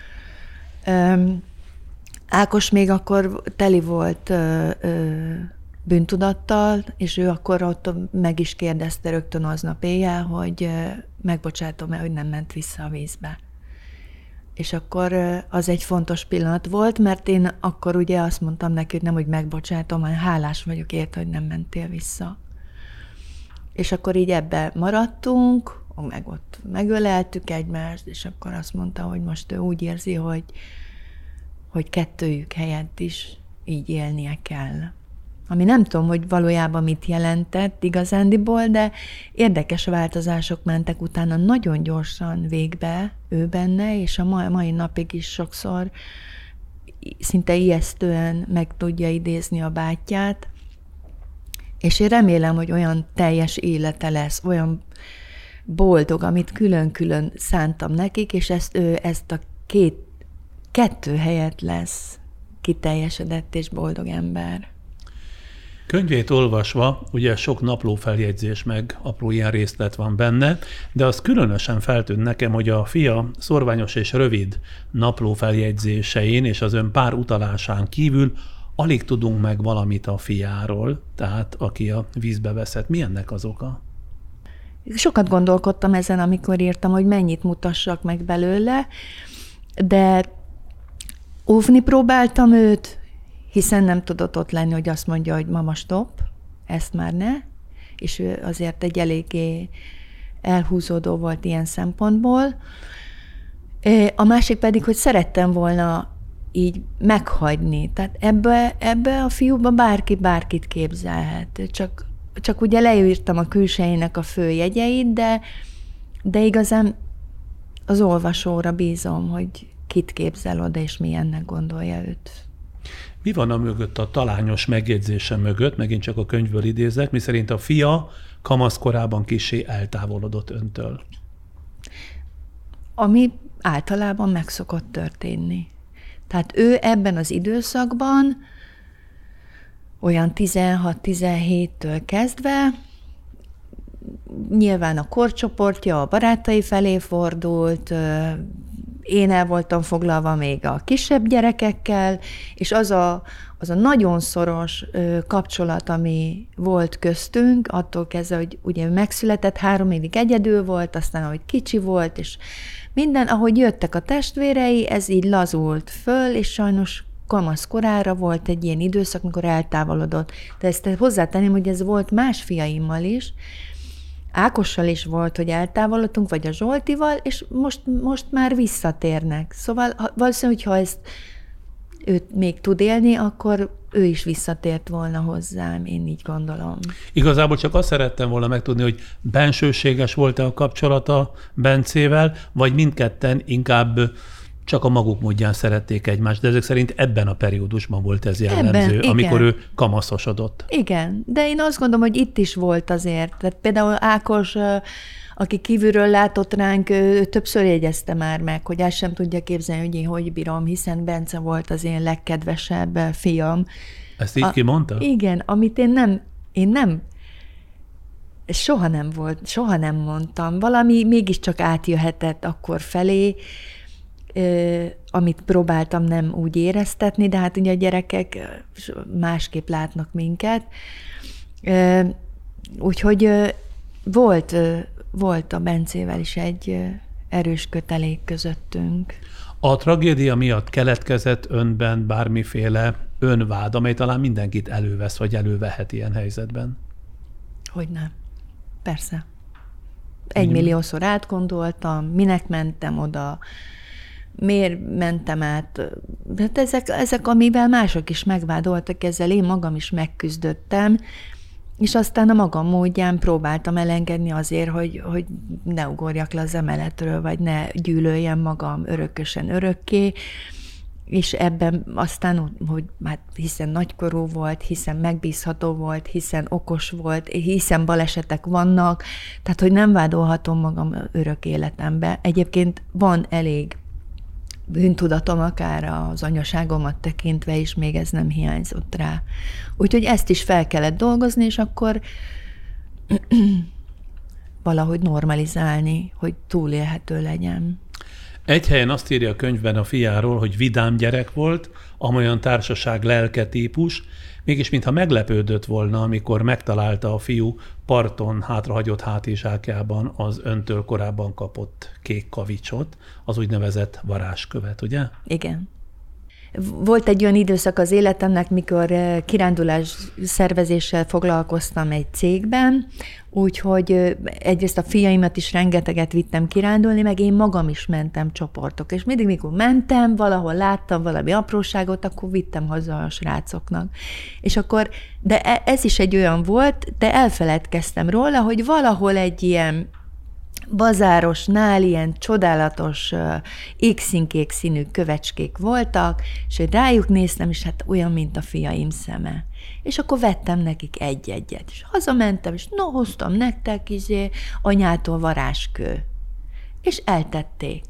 Ákos még akkor teli volt ö, ö, bűntudattal, és ő akkor ott meg is kérdezte rögtön aznap éjjel, hogy megbocsátom-e, hogy nem ment vissza a vízbe. És akkor az egy fontos pillanat volt, mert én akkor ugye azt mondtam neki, hogy nem, hogy megbocsátom, hanem hálás vagyok érte, hogy nem mentél vissza. És akkor így ebbe maradtunk, meg ott megöleltük egymást, és akkor azt mondta, hogy most ő úgy érzi, hogy, hogy kettőjük helyett is így élnie kell. Ami nem tudom, hogy valójában mit jelentett igazándiból, de érdekes változások mentek utána nagyon gyorsan végbe ő benne, és a mai napig is sokszor szinte ijesztően meg tudja idézni a bátyját, és én remélem, hogy olyan teljes élete lesz, olyan boldog, amit külön-külön szántam nekik, és ezt ő ezt a két, kettő helyett lesz kiteljesedett és boldog ember. Könyvét olvasva, ugye sok naplófeljegyzés meg apró ilyen részlet van benne, de az különösen feltűnt nekem, hogy a fia szorványos és rövid naplófeljegyzésein és az ön pár utalásán kívül alig tudunk meg valamit a fiáról, tehát aki a vízbe veszett. Mi ennek az oka? Sokat gondolkodtam ezen, amikor írtam, hogy mennyit mutassak meg belőle, de óvni próbáltam őt, hiszen nem tudott ott lenni, hogy azt mondja, hogy mama, stop, ezt már ne, és ő azért egy eléggé elhúzódó volt ilyen szempontból. A másik pedig, hogy szerettem volna így meghagyni. Tehát ebbe, ebbe a fiúba bárki bárkit képzelhet. Csak, csak ugye leírtam a külsejének a fő jegyeit, de, de igazán az olvasóra bízom, hogy kit képzel oda, és milyennek gondolja őt. Mi van a mögött, a talányos megjegyzése mögött, megint csak a könyvből idézek, miszerint a fia kamaszkorában kissé eltávolodott öntől? Ami általában meg szokott történni. Tehát ő ebben az időszakban olyan tizenhat-tizenhéttől kezdve nyilván a korcsoportja a barátai felé fordult, én el voltam foglalva még a kisebb gyerekekkel, és az a, az a nagyon szoros kapcsolat, ami volt köztünk, attól kezdve, hogy ugye megszületett, három évig egyedül volt, aztán ahogy kicsi volt, és minden, ahogy jöttek a testvérei, ez így lazult föl, és sajnos kamaszkorára volt egy ilyen időszak, amikor eltávolodott. De ezt hozzátenném, hogy ez volt más fiaimmal is, Ákossal is volt, hogy eltávolodtunk, vagy a Zsoltival, és most, most már visszatérnek. Szóval valószínűleg, hogyha ezt őt még tud élni, akkor ő is visszatért volna hozzám, én így gondolom. Igazából csak azt szerettem volna megtudni, hogy bensőséges volt-e a kapcsolata Bencével, vagy mindketten inkább csak a maguk módján szerették egymást, de ezek szerint ebben a periódusban volt ez jellemző, ebben, amikor ő kamaszosodott. Igen, de én azt gondolom, hogy itt is volt azért. Tehát például Ákos, aki kívülről látott ránk, ő többször jegyezte már meg, hogy el sem tudja képzelni, hogy én hogy bírom, hiszen Bence volt az én legkedvesebb fiam. Ezt így a, kimondta? Igen, amit én nem Én nem, soha nem volt, soha nem mondtam. Valami mégiscsak átjöhetett akkor felé, amit próbáltam nem úgy éreztetni, de hát ugye a gyerekek másképp látnak minket. Úgyhogy volt, volt a Bencével is egy erős kötelék közöttünk. A tragédia miatt keletkezett önben bármiféle önvád, amely talán mindenkit elővesz, vagy elővehet ilyen helyzetben? Hogyne. Persze. Egymilliószor átgondoltam, minek mentem oda, miért mentem át. Hát ezek, ezek, amivel mások is megvádoltak, ezzel én magam is megküzdöttem, és aztán a magam módján próbáltam elengedni azért, hogy, hogy ne ugorjak le az emeletről, vagy ne gyűlöljem magam örökösen örökké, és ebben aztán, hogy hát hiszen nagykorú volt, hiszen megbízható volt, hiszen okos volt, hiszen balesetek vannak, tehát hogy nem vádolhatom magam örök életembe. Egyébként van elég bűntudatom akár az anyaságomat tekintve is, még ez nem hiányzott rá. Úgyhogy ezt is fel kellett dolgozni, és akkor valahogy normalizálni, hogy túlélhető legyen. Egy helyen azt írja a könyvben a fiáról, hogy vidám gyerek volt, amolyan társaság lelke típus, mégis mintha meglepődött volna, amikor megtalálta a fiú parton hátrahagyott hátizsákjában az öntől korábban kapott kék kavicsot, az úgynevezett varázskövet, ugye? Igen. Volt egy olyan időszak az életemnek, mikor kirándulás szervezéssel foglalkoztam egy cégben, úgyhogy egyrészt a fiaimat is rengeteget vittem kirándulni, meg én magam is mentem csoportok. És mindig, mikor mentem, valahol láttam valami apróságot, akkor vittem haza a srácoknak. És akkor, de ez is egy olyan volt, de elfeledkeztem róla, hogy valahol egy ilyen bazárosnál ilyen csodálatos uh, égszínkék színű kövecskék voltak, és hogy rájuk néztem, és hát olyan, mint a fiaim szeme. És akkor vettem nekik egy-egyet, és hazamentem, és no, hoztam nektek izé, anyától varázskő. És eltették.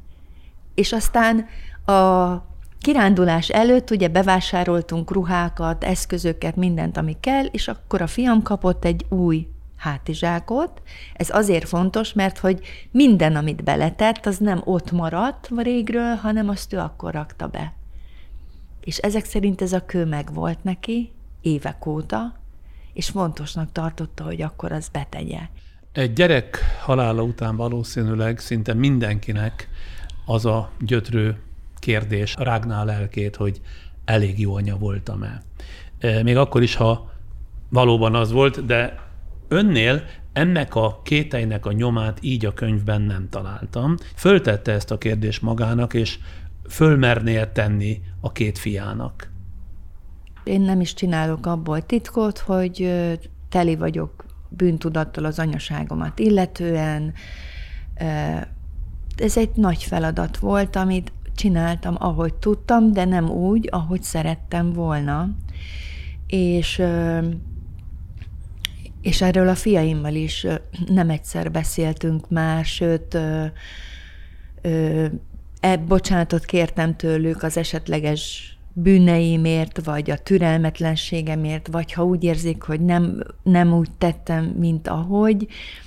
És aztán a kirándulás előtt ugye bevásároltunk ruhákat, eszközöket, mindent, ami kell, és akkor a fiam kapott egy új hátizsákot. Ez azért fontos, mert hogy minden, amit beletett, az nem ott maradt régről, hanem azt ő akkor rakta be. És ezek szerint ez a kő meg volt neki évek óta, és fontosnak tartotta, hogy akkor az betegye. Egy gyerek halála után valószínűleg szinte mindenkinek az a gyötrő kérdés rágná a lelkét, hogy elég jó anya voltam-e. Még akkor is, ha valóban az volt, de önnél ennek a kételynek a nyomát így a könyvben nem találtam. Föltette ezt a kérdést magának, és fölmernél tenni a két fiának. Én nem is csinálok abból titkot, hogy teli vagyok bűntudattal az anyaságomat illetően. Ez egy nagy feladat volt, amit csináltam, ahogy tudtam, de nem úgy, ahogy szerettem volna. És... És erről a fiaimmal is nem egyszer beszéltünk már, sőt, ö, ö, e, bocsánatot kértem tőlük az esetleges bűneimért, vagy a türelmetlenségemért, vagy ha úgy érzik, hogy nem, nem úgy tettem, mint ahogy.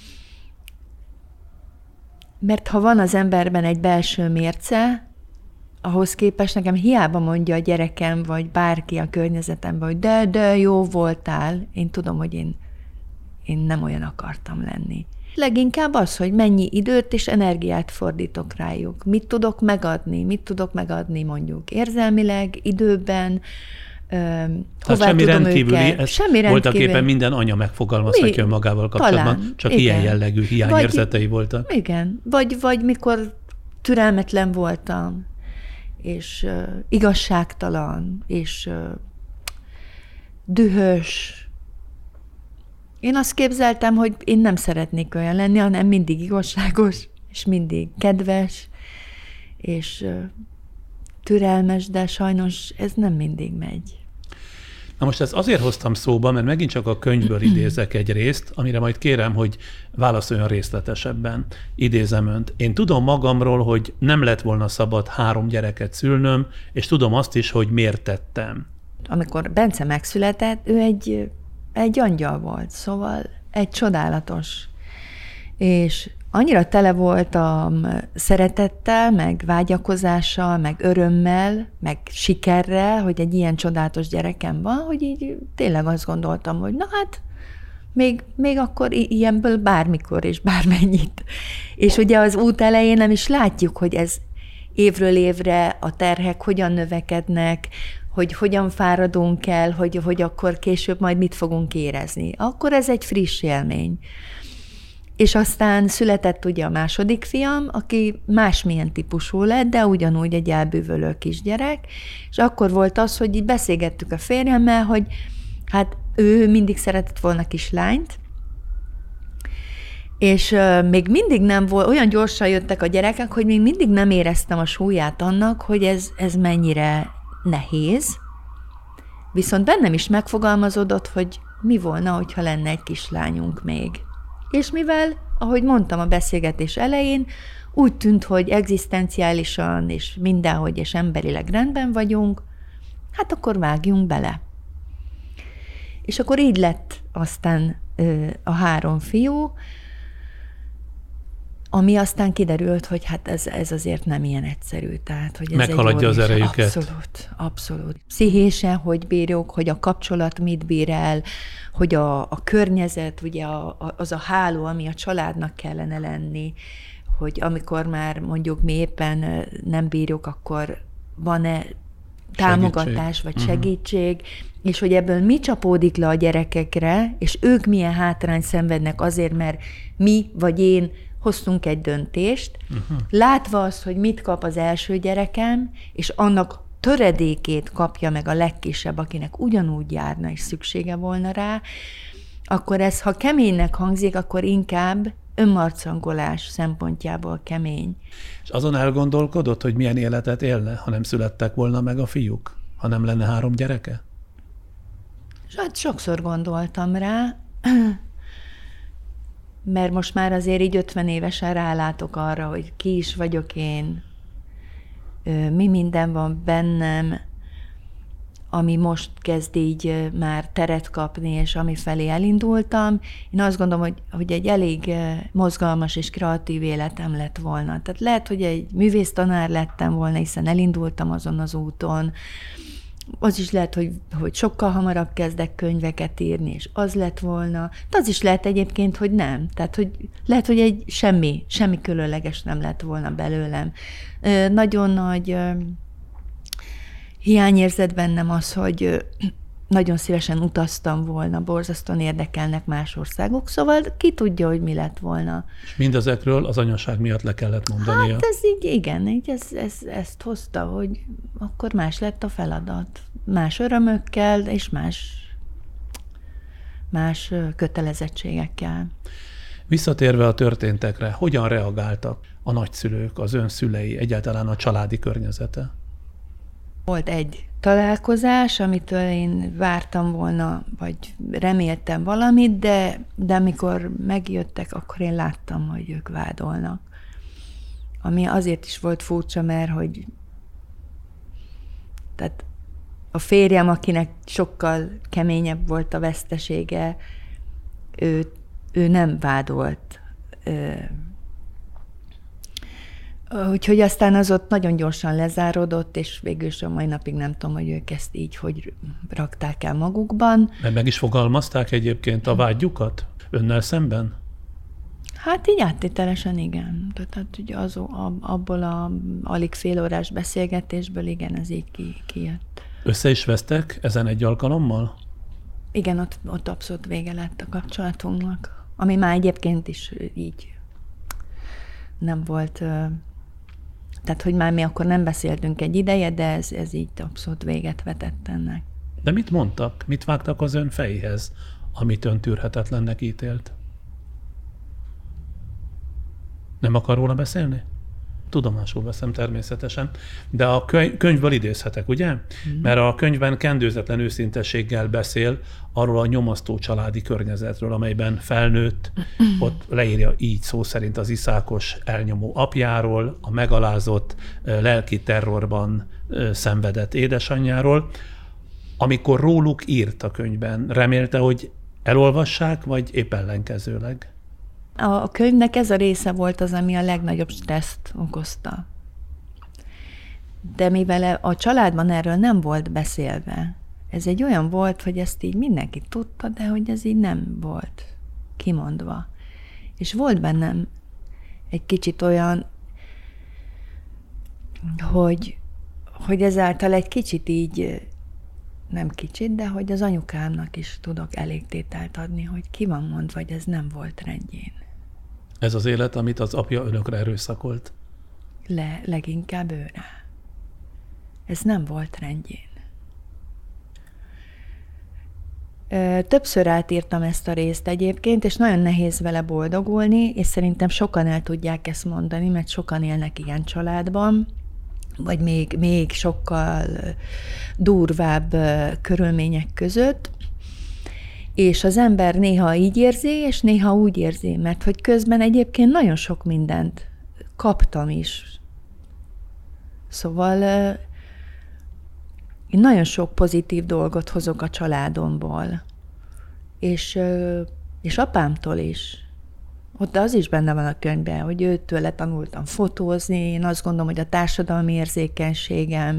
Mert ha van az emberben egy belső mérce, ahhoz képest nekem hiába mondja a gyerekem, vagy bárki a környezetemben, hogy de, de jó voltál, én tudom, hogy én Én nem olyan akartam lenni. Leginkább az, hogy mennyi időt és energiát fordítok rájuk. Mit tudok megadni, mit tudok megadni mondjuk érzelmileg, időben, hová semmi tudom rendkívüli, őket. Ez semmi rendkívüli. Voltak éppen minden anya megfogalmazhatja Mi? magával kapcsolatban, Talán. csak igen. ilyen jellegű hiányérzetei vagy, voltak. Igen, vagy, vagy mikor türelmetlen voltam, és uh, igazságtalan, és uh, dühös. Én azt képzeltem, hogy én nem szeretnék olyan lenni, hanem mindig igazságos, és mindig kedves, és uh, türelmes, de sajnos ez nem mindig megy. Na most ezt azért hoztam szóba, mert megint csak a könyvből idézek egy részt, amire majd kérem, hogy válaszoljon részletesebben. Idézem önt. Én tudom magamról, hogy nem lett volna szabad három gyereket szülnöm, és tudom azt is, hogy miért tettem. Amikor Bence megszületett, ő egy egy angyal volt, szóval egy csodálatos. És annyira tele voltam szeretettel, meg vágyakozással, meg örömmel, meg sikerrel, hogy egy ilyen csodálatos gyerekem van, hogy így tényleg azt gondoltam, hogy na hát, még, még akkor ilyenből bármikor és bármennyit. És ugye az út elején nem is látjuk, hogy ez évről évre a terhek hogyan növekednek, hogy hogyan fáradunk el, hogy, hogy akkor később majd mit fogunk érezni. Akkor ez egy friss élmény. És aztán született ugye a második fiam, aki másmilyen típusú lett, de ugyanúgy egy elbűvölő kisgyerek, és akkor volt az, hogy így beszélgettük a férjemmel, hogy hát ő mindig szeretett volna kislányt, és uh, még mindig nem volt, olyan gyorsan jöttek a gyerekek, hogy még mindig nem éreztem a súlyát annak, hogy ez, ez mennyire nehéz, viszont bennem is megfogalmazódott, hogy mi volna, hogyha lenne egy kislányunk még. És mivel, ahogy mondtam a beszélgetés elején, úgy tűnt, hogy egzisztenciálisan és mindenhogy és emberileg rendben vagyunk, hát akkor vágjunk bele. És akkor így lett aztán ö, a három fiú, ami aztán kiderült, hogy hát ez, ez azért nem ilyen egyszerű. Tehát, hogy ez meghaladja az erejüket. Abszolút, abszolút. Pszichésen, hogy bírjuk, hogy a kapcsolat mit bír el, hogy a, a környezet, ugye a, a, az a háló, ami a családnak kellene lenni, hogy amikor már mondjuk mi éppen nem bírjuk, akkor van-e támogatás, segítség. vagy segítség, uh-huh. és hogy ebből mi csapódik le a gyerekekre, és ők milyen hátrányt szenvednek azért, mert mi vagy én hoztunk egy döntést, uh-huh. látva azt, hogy mit kap az első gyerekem, és annak töredékét kapja meg a legkisebb, akinek ugyanúgy járna, és szüksége volna rá, akkor ez, ha keménynek hangzik, akkor inkább önmarcangolás szempontjából kemény. És azon elgondolkodott, hogy milyen életet élne, ha nem születtek volna meg a fiúk? Ha nem lenne három gyereke? Hát sokszor gondoltam rá, mert most már azért így ötven évesen rálátok arra, hogy ki is vagyok én, mi minden van bennem, ami most kezd így már teret kapni, és ami felé elindultam. Én azt gondolom, hogy, hogy egy elég mozgalmas és kreatív életem lett volna. Tehát lehet, hogy egy művésztanár lettem volna, hiszen elindultam azon az úton. Az is lehet, hogy, hogy sokkal hamarabb kezdek könyveket írni, és az lett volna. De az is lehet egyébként, hogy nem. Tehát, hogy lehet, hogy egy semmi, semmi különleges nem lett volna belőlem. Nagyon nagy hiányérzet bennem az, hogy nagyon szívesen utaztam volna, borzasztóan érdekelnek más országok, szóval ki tudja, hogy mi lett volna. És mindezekről az anyaság miatt le kellett mondania. Hát ez így, igen, így ez, ez, ezt hozta, hogy akkor más lett a feladat. Más örömökkel, és más, más kötelezettségekkel. Visszatérve a történtekre, hogyan reagáltak a nagyszülők, az ön szülei, egyáltalán a családi környezete? Volt egy találkozás, amitől én vártam volna, vagy reméltem valamit, de, de amikor megjöttek, akkor én láttam, hogy ők vádolnak. Ami azért is volt furcsa, mert hogy tehát a férjem, akinek sokkal keményebb volt a vesztesége, ő, ő nem vádolt. Úgyhogy aztán az ott nagyon gyorsan lezáródott, és végül is a mai napig nem tudom, hogy ők ezt így hogy rakták el magukban. Mert meg is fogalmazták egyébként a vágyukat önnel szemben? Hát így áttételesen igen. Tehát ugye az, abból a alig fél órás beszélgetésből igen, ez így ki, kijött. Össze is vesztek ezen egy alkalommal? Igen, ott, ott abszolút vége lett a kapcsolatunknak, ami már egyébként is így nem volt... Tehát, hogy már mi akkor nem beszéltünk egy ideje, de ez, ez így abszolút véget vetett ennek. De mit mondtak? Mit vágtak az ön fejéhez, amit ön tűrhetetlennek ítélt? Nem akar róla beszélni? Tudomásul veszem természetesen, de a könyvből idézhetek, ugye? Mm. Mert a könyvben kendőzetlen őszintességgel beszél arról a nyomasztó családi környezetről, amelyben felnőtt, ott leírja így szó szerint az iszákos elnyomó apjáról, a megalázott, lelki terrorban szenvedett édesanyjáról. Amikor róluk írt a könyvben, remélte, hogy elolvassák, vagy épp ellenkezőleg? A könyvnek ez a része volt az, ami a legnagyobb stresszt okozta. De mivel a családban erről nem volt beszélve, ez egy olyan volt, hogy ezt így mindenki tudta, de hogy ez így nem volt kimondva. És volt bennem egy kicsit olyan, hogy, hogy ezáltal egy kicsit így, nem kicsit, de hogy az anyukámnak is tudok elég tételt adni, hogy ki van mondva, hogy ez nem volt rendjén. Ez az élet, amit az apja önökre erőszakolt? Le, leginkább őre. Ez nem volt rendjén. Többször átírtam ezt a részt egyébként, és nagyon nehéz vele boldogulni, és szerintem sokan el tudják ezt mondani, mert sokan élnek ilyen családban, vagy még, még sokkal durvább körülmények között, és az ember néha így érzi, és néha úgy érzi, mert hogy közben egyébként nagyon sok mindent kaptam is. Szóval én nagyon sok pozitív dolgot hozok a családomból, és, és apámtól is. Ott az is benne van a könyvben, hogy őtőle tanultam fotózni, én azt gondolom, hogy a társadalmi érzékenységem,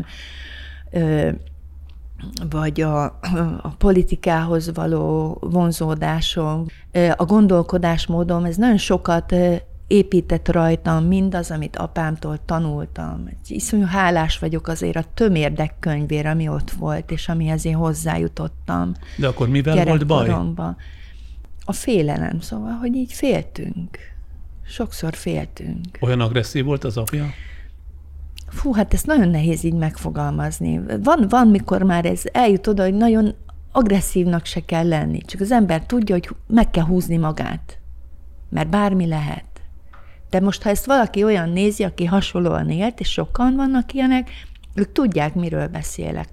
vagy a, a politikához való vonzódásom, a gondolkodásmódom, ez nagyon sokat épített rajtam mindaz, amit apámtól tanultam. Iszonyú hálás vagyok azért a Tömérdek könyvére, ami ott volt, és amihez én hozzájutottam. De akkor mivel volt baj? A félelem, szóval, hogy így féltünk. Sokszor féltünk. Olyan agresszív volt az apja? Fú, hát ezt nagyon nehéz így megfogalmazni. Van, van, mikor már ez eljut oda, hogy nagyon agresszívnak se kell lenni. Csak az ember tudja, hogy meg kell húzni magát. Mert bármi lehet. De most, ha ezt valaki olyan nézi, aki hasonlóan élt, és sokan vannak ilyenek, ők tudják, miről beszélek.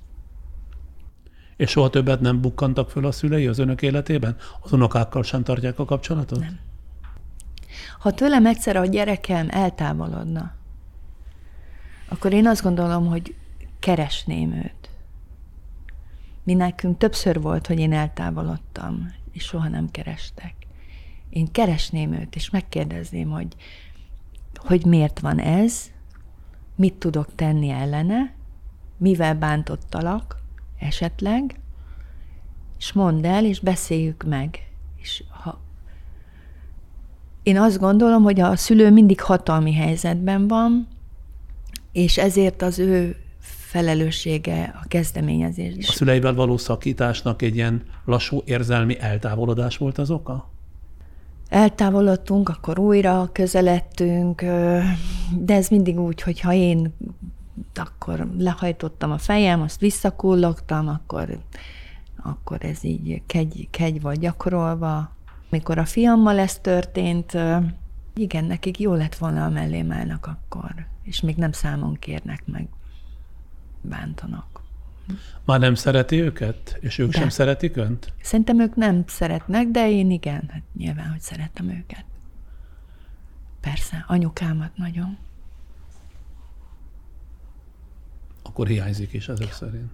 És soha többet nem bukkantak föl a szülei az önök életében? Az unokákkal sem tartják a kapcsolatot? Nem. Ha tőlem egyszer a gyerekem eltávolodna, akkor én azt gondolom, hogy keresném őt. Mi nekünk többször volt, hogy én eltávolodtam, és soha nem kerestek. Én keresném őt, és megkérdezném, hogy, hogy miért van ez, mit tudok tenni ellene, mivel bántottalak esetleg, és mondd el, és beszéljük meg. És ha... Én azt gondolom, hogy a szülő mindig hatalmi helyzetben van, és ezért az ő felelőssége a kezdeményezés. A szüleivel való szakításnak egy ilyen lassú érzelmi eltávolodás volt az oka? Eltávolodtunk, akkor újra közeledtünk, de ez mindig úgy, hogy ha én akkor lehajtottam a fejem, azt visszakullogtam, akkor, akkor ez így kegy, kegy volt gyakorolva. Mikor a fiammal ez történt, igen, nekik jó lett volna, a mellém állnak akkor, és még nem számon kérnek meg, bántanak. Már nem szereti őket? És ők de. sem szeretik önt? Szerintem ők nem szeretnek, de én igen, hát nyilván, hogy szeretem őket. Persze, anyukámat nagyon. Akkor hiányzik is ezek szerint.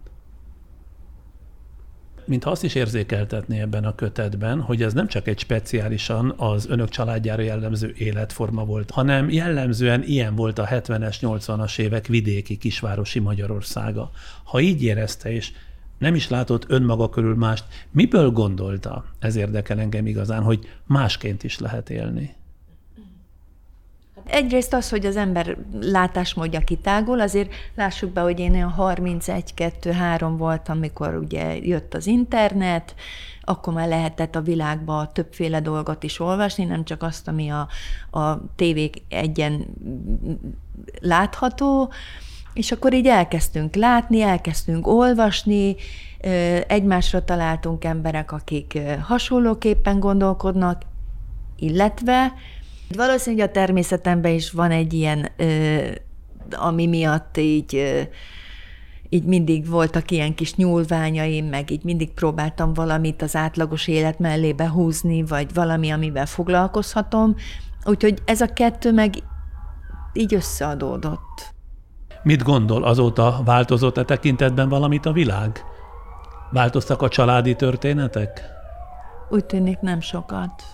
Mintha azt is érzékeltetné ebben a kötetben, hogy ez nem csak egy speciálisan az önök családjára jellemző életforma volt, hanem jellemzően ilyen volt a hetvenes, nyolcvanas évek vidéki, kisvárosi Magyarországa. Ha így érezte, és nem is látott önmaga körül mást, miből gondolta? Ez érdekel engem igazán, hogy másként is lehet élni. Egyrészt az, hogy az ember látásmódja kitágul, azért lássuk be, hogy én olyan harmincegy, kettő, három voltam, amikor ugye jött az internet, akkor már lehetett a világban többféle dolgot is olvasni, nem csak azt, ami a, a tévék egyen látható, és akkor így elkezdtünk látni, elkezdtünk olvasni, egymásra találtunk emberek, akik hasonlóképpen gondolkodnak, illetve valószínűleg a természetemben is van egy ilyen, ami miatt így, így mindig voltak ilyen kis nyúlványaim, meg így mindig próbáltam valamit az átlagos élet mellé behúzni, vagy valami, amivel foglalkozhatom. Úgyhogy ez a kettő meg így összeadódott. Mit gondol, azóta változott e tekintetben valamit a világ? Változtak a családi történetek? Úgy tűnik nem sokat.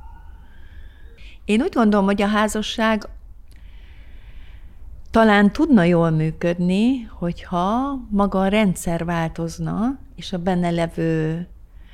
Én úgy gondolom, hogy a házasság talán tudna jól működni, hogyha maga a rendszer változna, és a benne levő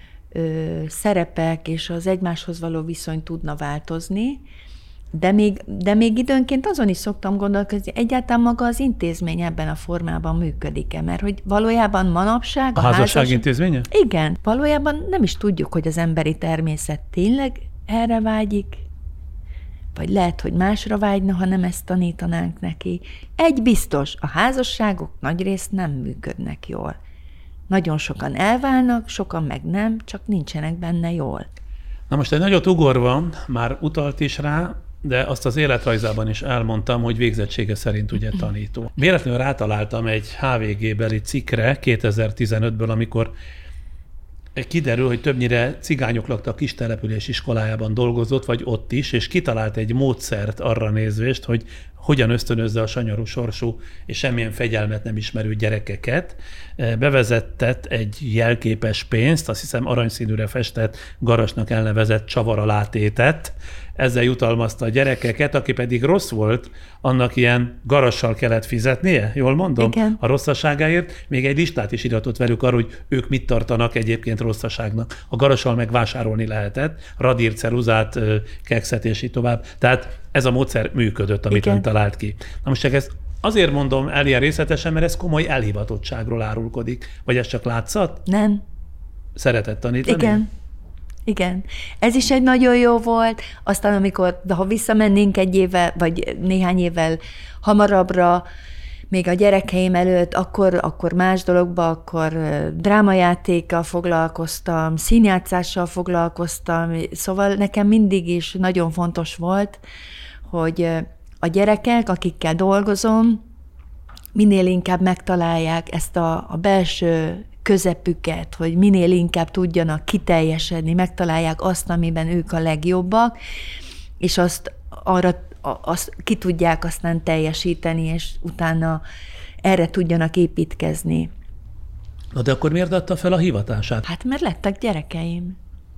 ö, szerepek és az egymáshoz való viszony tudna változni, de még, de még időnként azon is szoktam gondolkozni, egyáltalán maga az intézmény ebben a formában működik-e, mert hogy valójában manapság a, a házasság házas... intézménye? Igen, valójában nem is tudjuk, hogy az emberi természet tényleg erre vágyik, vagy lehet, hogy másra vágyna, ha nem ezt tanítanánk neki. Egy biztos, a házasságok nagyrészt nem működnek jól. Nagyon sokan elválnak, sokan meg nem, csak nincsenek benne jól. Na most egy nagyot ugorva, már utalt is rá, de azt az életrajzában is elmondtam, hogy végzettsége szerint ugye tanító. Véletlenül rátaláltam egy há vé gé-beli cikkre kétezer-tizenötből, amikor kiderül, hogy többnyire cigányok laktak kis település iskolájában dolgozott, vagy ott is, és kitalált egy módszert arra nézvést, hogy hogyan ösztönözze a sanyarú sorsú és semmilyen fegyelmet nem ismerő gyerekeket. Bevezetett egy jelképes pénzt, azt hiszem aranyszínűre festett, garasnak elnevezett csavaralátétet. Ezzel jutalmazta a gyerekeket, aki pedig rossz volt, annak ilyen garassal kellett fizetnie, jól mondom? Igen. A rosszaságáért. Még egy listát is iratott velük arról, hogy ők mit tartanak egyébként rosszaságnak. A garassal meg vásárolni lehetett, radír, ceruzát, kekszet és így tovább. Tehát ez a módszer működött, amit ön talált ki. Na most csak ezt azért mondom el ilyen részletesen, mert ez komoly elhivatottságról árulkodik. Vagy ez csak látszat? Nem. Szeretett tanítani? Igen. Igen. Ez is egy nagyon jó volt. Aztán amikor, de ha visszamennénk egy évvel, vagy néhány évvel hamarabbra, még a gyerekeim előtt, akkor, akkor más dologba, akkor drámajátékkal foglalkoztam, színjátszással foglalkoztam, szóval nekem mindig is nagyon fontos volt, hogy a gyerekek, akikkel dolgozom, minél inkább megtalálják ezt a, a belső közepüket, hogy minél inkább tudjanak kiteljesedni, megtalálják azt, amiben ők a legjobbak, és azt arra azt ki tudják aztán teljesíteni, és utána erre tudjanak építkezni. Na de akkor miért adta fel a hivatását? Hát mert lettek gyerekeim.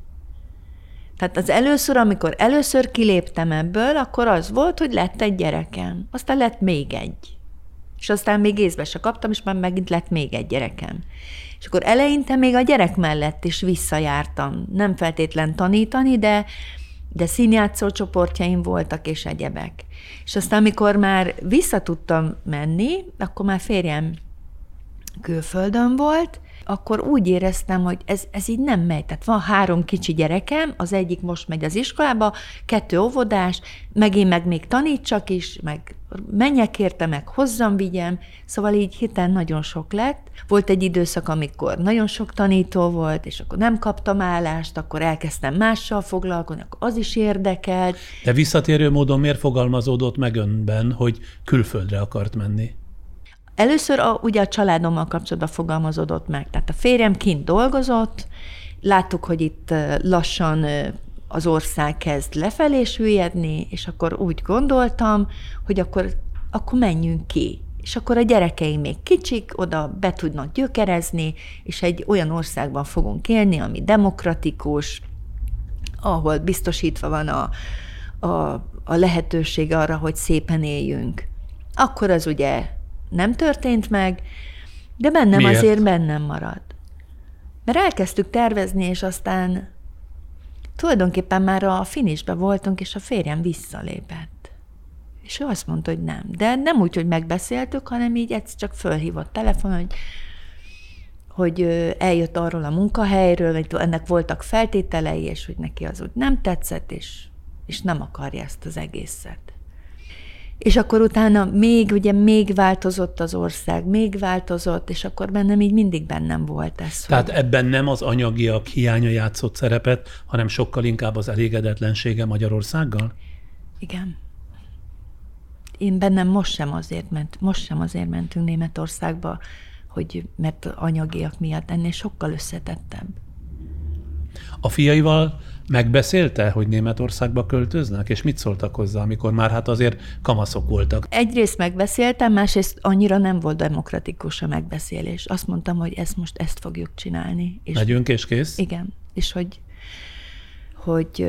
Tehát az először, amikor először kiléptem ebből, akkor az volt, hogy lett egy gyerekem. Aztán lett még egy. És aztán még észbe se kaptam, és már megint lett még egy gyerekem. És akkor eleinte még a gyerek mellett is visszajártam. Nem feltétlen tanítani, de, de színjátszó csoportjaim voltak, és egyebek. És aztán, amikor már vissza tudtam menni, akkor már férjem külföldön volt, akkor úgy éreztem, hogy ez, ez így nem megy. Tehát van három kicsi gyerekem, az egyik most megy az iskolába, kettő óvodás, meg én meg még tanítsak is, meg menjek érte, meg hozzam vigyem, szóval így hirtelen nagyon sok lett. Volt egy időszak, amikor nagyon sok tanító volt, és akkor nem kaptam állást, akkor elkezdtem mással foglalkozni, akkor az is érdekelt. De visszatérő módon miért fogalmazódott meg önben, hogy külföldre akart menni? Először a, ugye a családommal kapcsolatban fogalmazódott meg. Tehát a férjem kint dolgozott, láttuk, hogy itt lassan az ország kezd lefelé süllyedni, és akkor úgy gondoltam, hogy akkor, akkor menjünk ki. És akkor a gyerekeim még kicsik, oda be tudnak gyökerezni, és egy olyan országban fogunk élni, ami demokratikus, ahol biztosítva van a, a, a lehetőség arra, hogy szépen éljünk. Akkor az ugye nem történt meg, de bennem Miért? Azért bennem maradt. Mert elkezdtük tervezni, és aztán tulajdonképpen már a finishbe voltunk, és a férjem visszalépett. És ő azt mondta, hogy nem. De nem úgy, hogy megbeszéltük, hanem így egyszer csak fölhívott telefon, hogy, hogy eljött arról a munkahelyről, hogy ennek voltak feltételei, és hogy neki az úgy nem tetszett, és, és nem akarja ezt az egészet. És akkor utána még, ugye még változott az ország, még változott, és akkor bennem így mindig bennem volt ez. Tehát hogy... ebben nem az anyagiak hiánya játszott szerepet, hanem sokkal inkább az elégedetlensége Magyarországgal? Igen. Én bennem most sem azért ment, most sem azért mentünk Németországba, hogy mert anyagiak miatt ennél sokkal összetettebb. A fiaival megbeszélte, hogy Németországba költöznek, és mit szóltak hozzá, amikor már hát azért kamaszok voltak? Egyrészt megbeszéltem, másrészt annyira nem volt demokratikus a megbeszélés. Azt mondtam, hogy ezt most ezt fogjuk csinálni. És megyünk és kész? Igen. És hogy, hogy,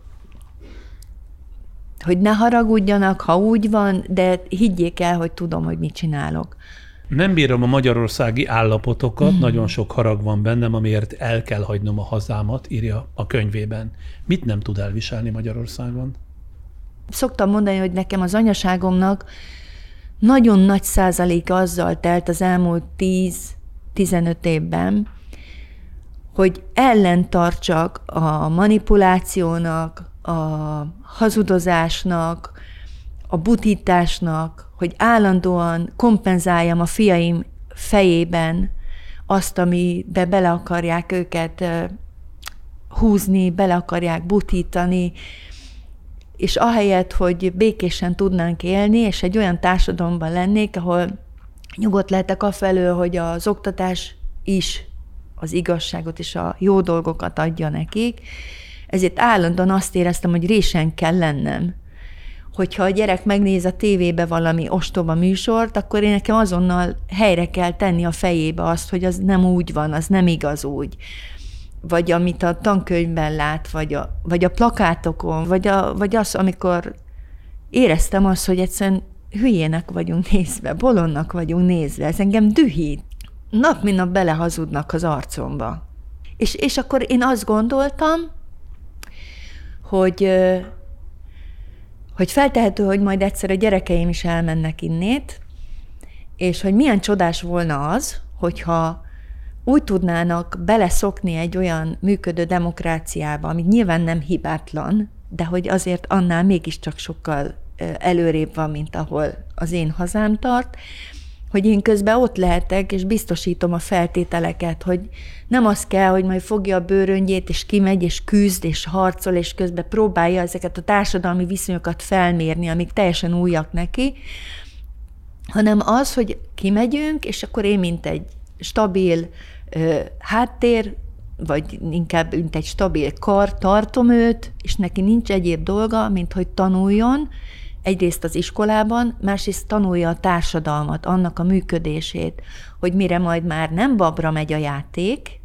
hogy ne haragudjanak, ha úgy van, de higgyék el, hogy tudom, hogy mit csinálok. Nem bírom a magyarországi állapotokat, mm. nagyon sok harag van bennem, amiért el kell hagynom a hazámat, írja a könyvében. Mit nem tud elviselni Magyarországon? Szoktam mondani, hogy nekem az anyaságomnak nagyon nagy százaléka azzal telt az elmúlt tíz-tizenöt évben, hogy ellentartsak a manipulációnak, a hazudozásnak, a butításnak, hogy állandóan kompenzáljam a fiaim fejében azt, amibe bele akarják őket húzni, bele akarják butítani, és ahelyett, hogy békésen tudnánk élni, és egy olyan társadalomban lennék, ahol nyugodt lehetek afelől, hogy az oktatás is az igazságot és a jó dolgokat adja nekik, ezért állandóan azt éreztem, hogy résen kell lennem. Hogyha a gyerek megnéz a tévébe valami ostoba műsort, akkor én nekem azonnal helyre kell tenni a fejébe azt, hogy az nem úgy van, az nem igaz úgy. Vagy amit a tankönyvben lát, vagy a, vagy a plakátokon, vagy, a, vagy az, amikor éreztem azt, hogy egyszerűen hülyének vagyunk nézve, bolondnak vagyunk nézve, ez engem dühít. Nap mint nap belehazudnak az arcomba. És, és akkor én azt gondoltam, hogy, hogy feltehető, hogy majd egyszer a gyerekeim is elmennek innét, és hogy milyen csodás volna az, hogyha úgy tudnának beleszokni egy olyan működő demokráciába, ami nyilván nem hibátlan, de hogy azért annál mégiscsak sokkal előrébb van, mint ahol az én hazám tart, hogy én közben ott lehetek, és biztosítom a feltételeket, hogy nem az kell, hogy majd fogja a bőröngyét, és kimegy, és küzd, és harcol, és közben próbálja ezeket a társadalmi viszonyokat felmérni, amik teljesen újak neki, hanem az, hogy kimegyünk, és akkor én, mint egy stabil ö, háttér, vagy inkább, mint egy stabil kar, tartom őt, és neki nincs egyéb dolga, mint hogy tanuljon, egyrészt az iskolában, másrészt tanulja a társadalmat, annak a működését, hogy mire majd már nem babra megy a játék,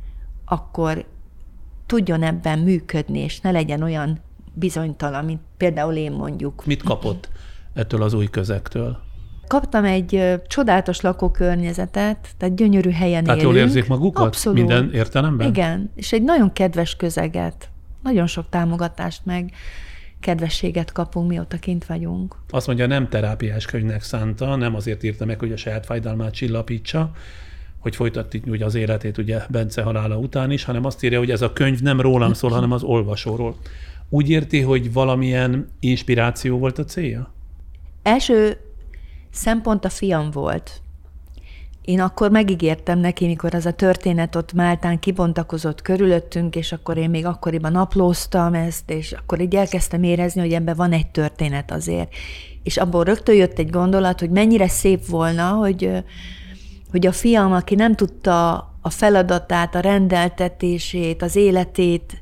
akkor tudjon ebben működni, és ne legyen olyan bizonytalan, mint például én mondjuk. Mit kapott ettől az új közegtől? Kaptam egy ö, csodálatos lakókörnyezetet, tehát gyönyörű helyen tehát élünk. jól érzik magukat? Abszolút. Minden értelemben? Igen, és egy nagyon kedves közeget, nagyon sok támogatást meg kedvességet kapunk, mióta kint vagyunk. Azt mondja, nem terápiás könyvnek szánta, nem azért írta meg, hogy a saját fájdalmát csillapítsa, hogy folytatni az életét ugye Bence halála után is, hanem azt írja, hogy ez a könyv nem rólam szól, hanem az olvasóról. Úgy érti, hogy valamilyen inspiráció volt a célja? Első szempont a fiam volt. Én akkor megígértem neki, mikor az a történet ott Máltán kibontakozott körülöttünk, és akkor én még akkoriban naplóztam ezt, és akkor így elkezdtem érezni, hogy ebben van egy történet azért. És abból rögtön jött egy gondolat, hogy mennyire szép volna, hogy, hogy a fiam, aki nem tudta a feladatát, a rendeltetését, az életét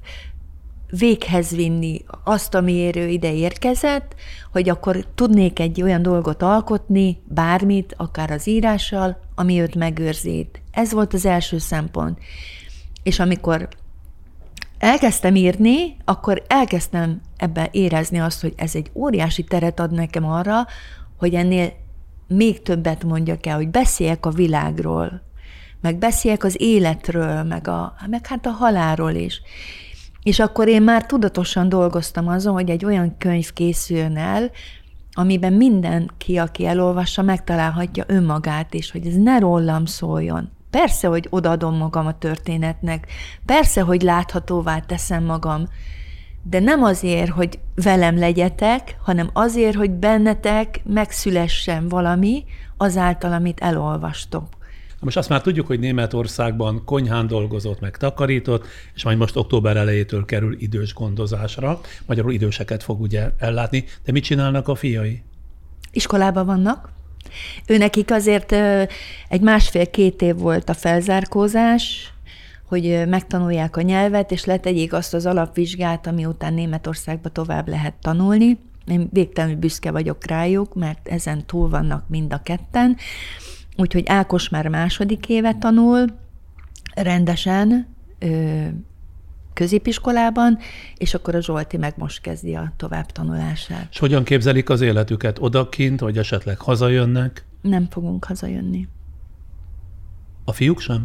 véghez vinni azt, amiért ő ide érkezett, hogy akkor tudnék egy olyan dolgot alkotni, bármit, akár az írással, ami őt megőrzít. Ez volt az első szempont. És amikor elkezdtem írni, akkor elkezdtem ebben érezni azt, hogy ez egy óriási teret ad nekem arra, hogy ennél még többet mondjak el, hogy beszéljek a világról, meg beszéljek az életről, meg, a, meg hát a halálról is. És akkor én már tudatosan dolgoztam azon, hogy egy olyan könyv készüljön el, amiben mindenki, aki elolvassa, megtalálhatja önmagát is, hogy ez ne rólam szóljon. Persze, hogy odaadom magam a történetnek, persze, hogy láthatóvá teszem magam, de nem azért, hogy velem legyetek, hanem azért, hogy bennetek megszülessen valami azáltal, amit elolvastok. Most azt már tudjuk, hogy Németországban konyhán dolgozott, meg takarított, és majd most október elejétől kerül idős gondozásra. Magyarul időseket fog ugye ellátni. De mit csinálnak a fiai? Iskolában vannak. Őnekik azért egy másfél-két év volt a felzárkózás, hogy megtanulják a nyelvet, és letegyék azt az alapvizsgát, ami után Németországba tovább lehet tanulni. Én végtelenül büszke vagyok rájuk, mert ezen túl vannak mind a ketten. Úgyhogy Ákos már második éve tanul, rendesen, középiskolában, és akkor a Zsolti meg most kezdi a továbbtanulását. És hogyan képzelik az életüket odakint, vagy esetleg hazajönnek? Nem fogunk hazajönni. A fiúk sem?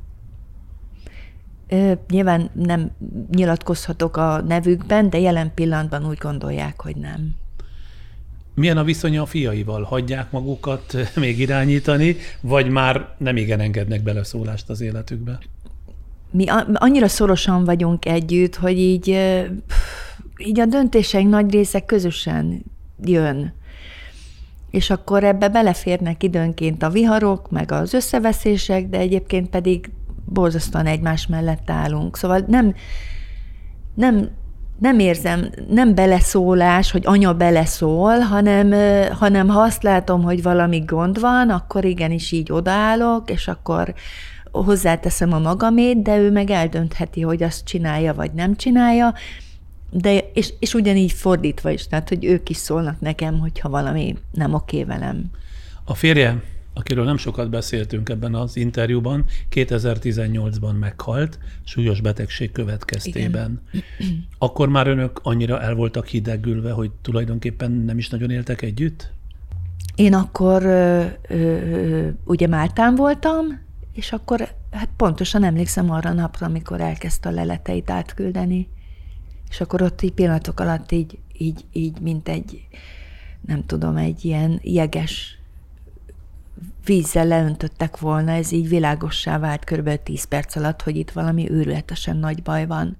Ö, nyilván nem nyilatkozhatok a nevükben, de jelen pillanatban úgy gondolják, hogy nem. Milyen a viszonya a fiaival? Hagyják magukat még irányítani, vagy már nem igen engednek beleszólást az életükbe? Mi annyira szorosan vagyunk együtt, hogy így, így a döntéseink nagy része közösen jön. És akkor ebbe beleférnek időnként a viharok, meg az összeveszések, de egyébként pedig borzasztóan egymás mellett állunk. Szóval nem, nem, nem érzem, nem beleszólás, hogy anya beleszól, hanem, hanem ha azt látom, hogy valami gond van, akkor igenis így odaállok, és akkor hozzáteszem a magamét, de ő meg eldöntheti, hogy azt csinálja, vagy nem csinálja, de, és, és ugyanígy fordítva is, tehát, hogy ők is szólnak nekem, hogyha valami nem oké velem. A férje, akiről nem sokat beszéltünk ebben az interjúban, kétezer-tizennyolcban meghalt, súlyos betegség következtében. Igen. Akkor már önök annyira el voltak hidegülve, hogy tulajdonképpen nem is nagyon éltek együtt? Én akkor ö, ö, ugye Máltán voltam, és akkor hát pontosan emlékszem arra a napra, amikor elkezdte a leleteit átküldeni, és akkor ott így pillanatok alatt így, így, így mint egy, nem tudom, egy ilyen jeges vízzel leöntöttek volna, ez így világossá vált körülbelül tíz perc alatt, hogy itt valami őrületesen nagy baj van.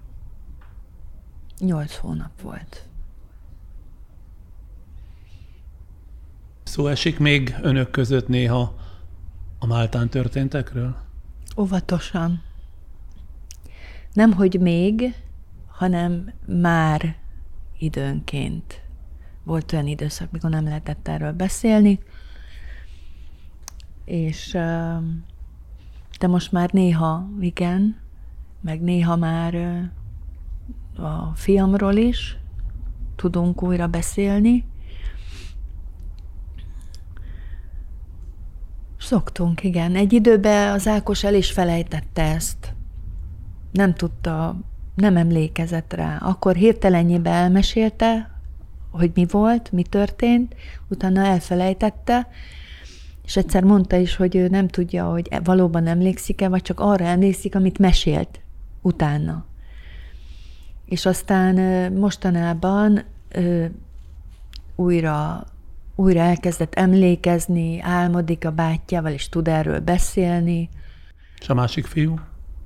Nyolc hónap volt. Szó esik még önök között néha a Máltán történtekről? Óvatosan. Nem, hogy még, hanem már időnként. Volt olyan időszak, mikor nem lehetett erről beszélni, és de most már néha igen, meg néha már a fiamról is tudunk újra beszélni. Szoktunk, igen. Egy időben az Ákos el is felejtette ezt. Nem tudta, nem emlékezett rá. Akkor hirtelenjében elmesélte, hogy mi volt, mi történt, utána elfelejtette, és egyszer mondta is, hogy ő nem tudja, hogy valóban emlékszik-e, vagy csak arra emlékszik, amit mesélt utána. És aztán mostanában ö, újra, újra elkezdett emlékezni, álmodik a bátyjával, és tud erről beszélni. És a másik fiú?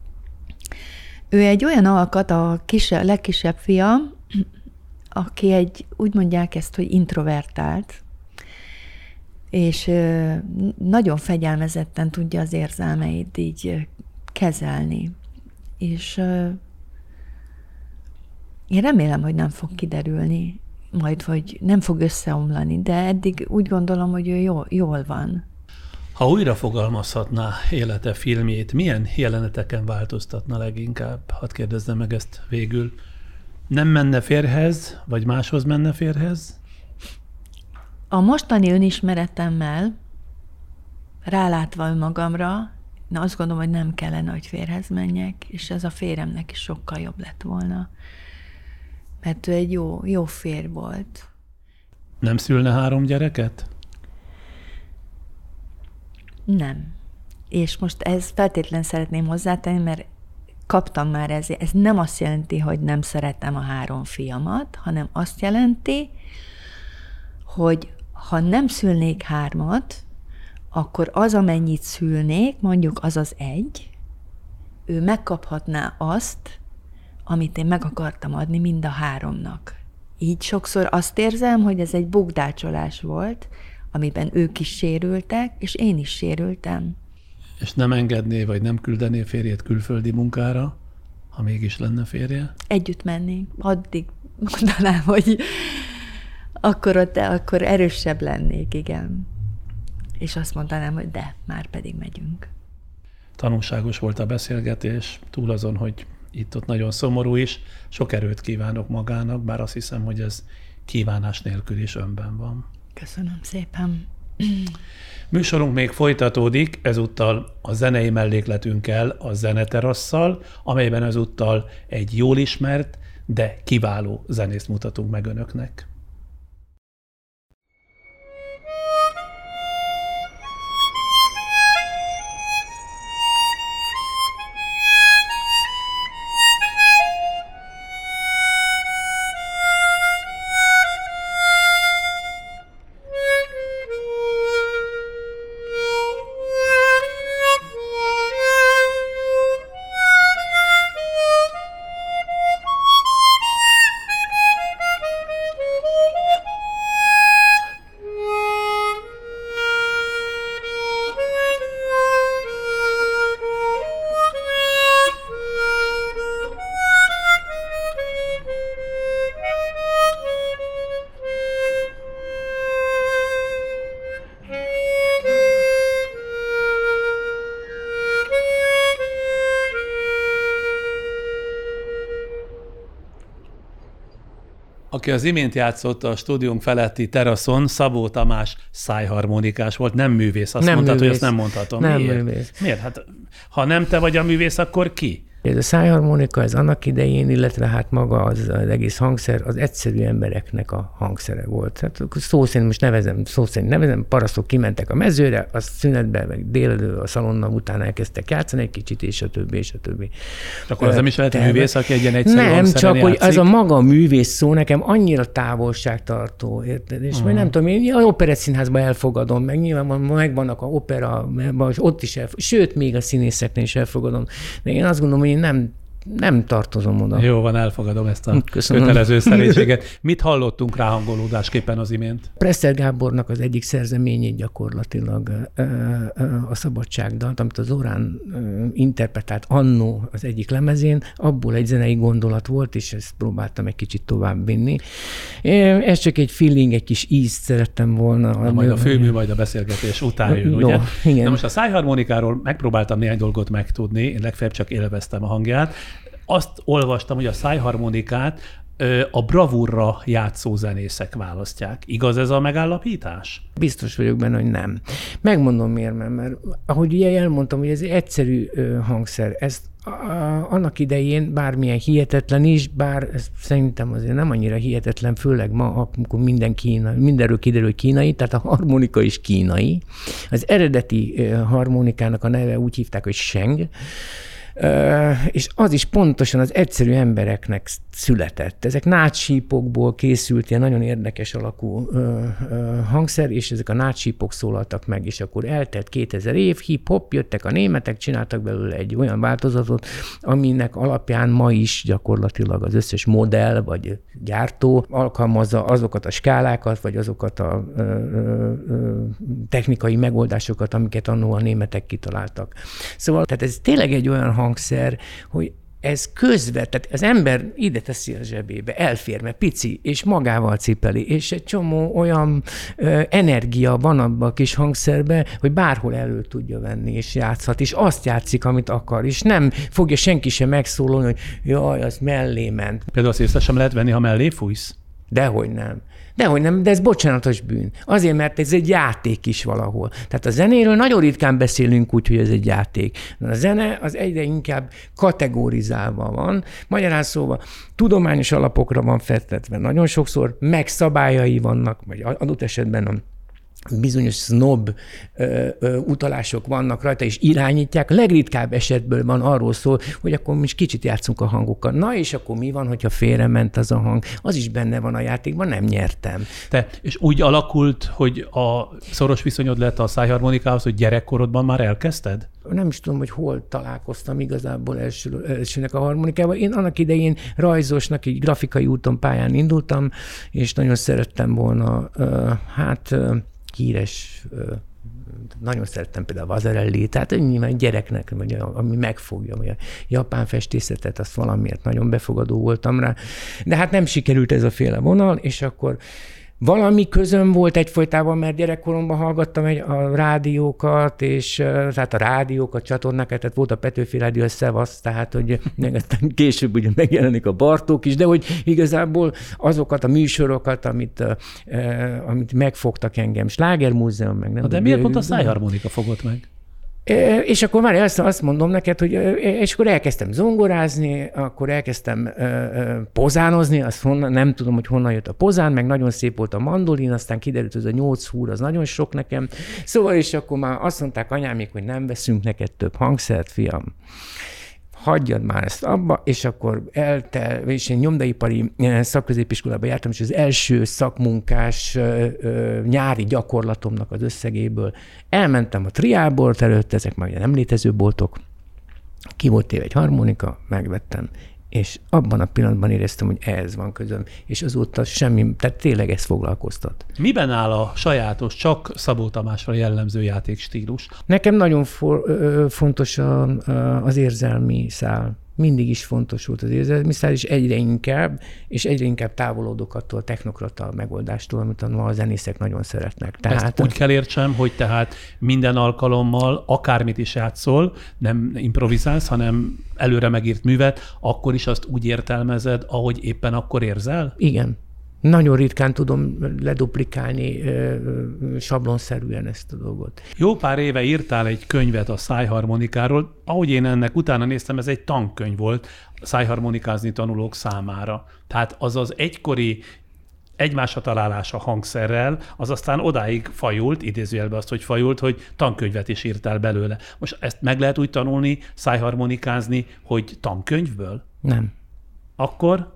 Ő egy olyan alkat, a, kise, a legkisebb fia, aki egy, úgy mondják ezt, hogy introvertált, és nagyon fegyelmezetten tudja az érzelmeit így kezelni. És én remélem, hogy nem fog kiderülni, majd, hogy nem fog összeomlani, de eddig úgy gondolom, hogy ő jól, jól van. Ha újra fogalmazhatná élete filmjét, milyen jeleneteken változtatna leginkább? Hadd kérdezzem meg ezt végül. Nem menne férjhez, vagy máshoz menne férjhez? A mostani önismeretemmel, rálátva önmagamra, na azt gondolom, hogy nem kellene, hogy férjhez menjek, és ez a férjemnek is sokkal jobb lett volna. Mert ő egy jó, jó férj volt. Nem szülne három gyereket? Nem. És most ez feltétlen szeretném hozzátenni, mert kaptam már ezért. Ez nem azt jelenti, hogy nem szeretem a három fiamat, hanem azt jelenti, hogy ha nem szülnék hármat, akkor az, amennyit szülnék, mondjuk az az egy, ő megkaphatná azt, amit én meg akartam adni mind a háromnak. Így sokszor azt érzem, hogy ez egy bukdácsolás volt, amiben ők is sérültek, és én is sérültem. És nem engedné, vagy nem küldené férjét külföldi munkára, ha mégis lenne férje? Együtt mennénk. Addig mondanám, hogy akkor ott, akkor erősebb lennék, igen. És azt mondanám, hogy de, már pedig megyünk. Tanulságos volt a beszélgetés, túl azon, hogy itt-ott nagyon szomorú is. Sok erőt kívánok magának, bár azt hiszem, hogy ez kívánás nélkül is önben van. Köszönöm szépen. Műsorunk még folytatódik, ezúttal a zenei mellékletünkkel, a Zeneterasszal, amelyben ezúttal egy jól ismert, de kiváló zenészt mutatunk meg önöknek. Aki az imént játszott a stúdiónk feletti teraszon, Szabó Tamás szájharmonikás volt, nem művész. Azt nem mondtad, művész. hogy ezt nem mondhatom. Nem Miért? művész. Miért? Hát, ha nem te vagy a művész, akkor ki? Ez a szájharmonika, ez annak idején, illetve hát maga az, az egész hangszer, az egyszerű embereknek a hangszere volt. Hát szó szerint most nevezem, szó szerint nevezem, parasztok kimentek a mezőre, a szünetben, meg délelő a szalonna után elkezdtek játszani egy kicsit, és a többi, és a többi. Akkor az nem is lehet Terve. művész, aki egy ilyen egyszerű Nem, hangszeren csak hogy játszik? ez a maga művész szó nekem annyira távolságtartó, érted? És uh-huh. nem tudom, én a operett színházban elfogadom, meg nyilván megvannak a opera, ott is elfogadom, sőt, még a színészeknél is elfogadom. De én azt gondolom, hogy én nem Nem tartozom oda. Jó van, elfogadom ezt a Köszönöm. kötelező szerénységet. Mit hallottunk ráhangolódásképpen az imént? Presser Gábornak az egyik szerzeményét gyakorlatilag a Szabadságdalt, amit az Órán interpretált annó az egyik lemezén, abból egy zenei gondolat volt, és ezt próbáltam egy kicsit tovább vinni. Ez csak egy feeling, egy kis ízt szerettem volna. Na, majd a főmű, majd a beszélgetés után jön, ugye? No, igen. Na most a szájharmonikáról megpróbáltam néhány dolgot megtudni, én legfeljebb csak élveztem a hangját. Azt olvastam, hogy a szájharmonikát a bravúrra játszó zenészek választják. Igaz ez a megállapítás? Biztos vagyok benne, hogy nem. Megmondom miért, mert ahogy ugye elmondtam, hogy ez egy egyszerű hangszer. Ezt annak idején bármilyen hihetetlen is, bár ez szerintem azért nem annyira hihetetlen, főleg ma, amikor minden kínai, mindenről kiderül, hogy kínai, tehát a harmonika is kínai. Az eredeti harmonikának a neve úgy hívták, hogy Sheng, Uh, és az is pontosan az egyszerű embereknek született. Ezek nátsípokból készült ilyen nagyon érdekes alakú uh, uh, hangszer, és ezek a nátsípok szólaltak meg, és akkor eltelt kétezer év, hip-hop, jöttek a németek, csináltak belőle egy olyan változatot, aminek alapján ma is gyakorlatilag az összes modell vagy gyártó alkalmazza azokat a skálákat, vagy azokat a uh, uh, technikai megoldásokat, amiket annó a németek kitaláltak. Szóval, tehát ez tényleg egy olyan hangszer, hogy ez közvet, tehát az ember ide teszi a zsebébe, elfér, mert pici, és magával cipeli, és egy csomó olyan ö, energia van abban a kis hangszerben, hogy bárhol elő tudja venni, és játszhat, és azt játszik, amit akar, és nem fogja senki sem megszólalni, hogy jaj, az mellé ment. Például azt észre sem lehet venni, ha mellé fújsz? Dehogy nem. Dehogy nem, de ez bocsánatos bűn. Azért, mert ez egy játék is valahol. Tehát a zenéről nagyon ritkán beszélünk úgy, hogy ez egy játék. A zene az egyre inkább kategorizálva van. Magyarán szóval tudományos alapokra van fektetve. Nagyon sokszor megszabályai vannak, vagy adott esetben a bizonyos snob ö, ö, utalások vannak rajta, és irányítják. A legritkább esetből van arról szól, hogy akkor mi is kicsit játszunk a hangokkal. Na, és akkor mi van, hogyha félrement az a hang? Az is benne van a játékban, nem nyertem. Te, és úgy alakult, hogy a szoros viszonyod lett a szájharmonikához, hogy gyerekkorodban már elkezdted? Nem is tudom, hogy hol találkoztam igazából első, elsőnek a harmonikával. Én annak idején rajzosnak, így grafikai úton, pályán indultam, és nagyon szerettem volna, uh, hát uh, híres, uh, nagyon szerettem például a Vasarelli, tehát nyilván gyereknek, vagy ami megfogja, vagy a japán festészetet, azt valamiért nagyon befogadó voltam rá. De hát nem sikerült ez a féle vonal, és akkor Valami közöm volt egyfolytában, mert gyerekkoromban hallgattam egy, a rádiókat, és tehát a rádiókat, csatornákat, tehát volt a Petőfi Rádió, a Szevasz, tehát hogy később ugye megjelenik a Bartók is, de hogy igazából azokat a műsorokat, amit, amit megfogtak engem, Slágermúzeum, meg nem. De, de miért pont a szájharmonika fogott meg? És akkor már azt, azt mondom neked, hogy és akkor elkezdtem zongorázni, akkor elkezdtem pozánozni, azt honnan, nem tudom, hogy honnan jött a pozán, meg nagyon szép volt a mandolin, aztán kiderült, hogy ez a nyolc húr, az nagyon sok nekem. Szóval, és akkor már azt mondták anyámék, hogy nem veszünk neked több hangszert, fiam. Hagyjad már ezt abba, és akkor eltel, és én nyomdaipari szakközépiskolába jártam, és az első szakmunkás nyári gyakorlatomnak az összegéből elmentem a Triábolt előtt, ezek már nem létező boltok, ki volt téve egy harmonika, megvettem, és abban a pillanatban éreztem, hogy ehhez van közöm, és azóta semmi, tehát tényleg ez foglalkoztat. Miben áll a sajátos, csak Szabó Tamásra jellemző játékstílus? Nekem nagyon for, ö, fontos a, a, az érzelmi szál. Mindig is fontos volt az érzelmi szál, és egyre inkább, és egyre inkább távolodok attól a technokrata megoldástól, amit a zenészek nagyon szeretnek. Tehát ezt úgy kell értsem, hogy tehát minden alkalommal akármit is játszol, nem improvizálsz, hanem előre megírt művet, akkor is azt úgy értelmezed, ahogy éppen akkor érzel? Igen. Nagyon ritkán tudom leduplikálni ö, ö, sablonszerűen ezt a dolgot. Jó pár éve írtál egy könyvet a szájharmonikáról. Ahogy én ennek utána néztem, ez egy tankönyv volt szájharmonikázni tanulók számára. Tehát az az egykori egymásra találás a hangszerrel, az aztán odáig fajult, idézőjelben azt, hogy fajult, hogy tankönyvet is írtál belőle. Most ezt meg lehet úgy tanulni, szájharmonikázni, hogy tankönyvből? Nem. Akkor?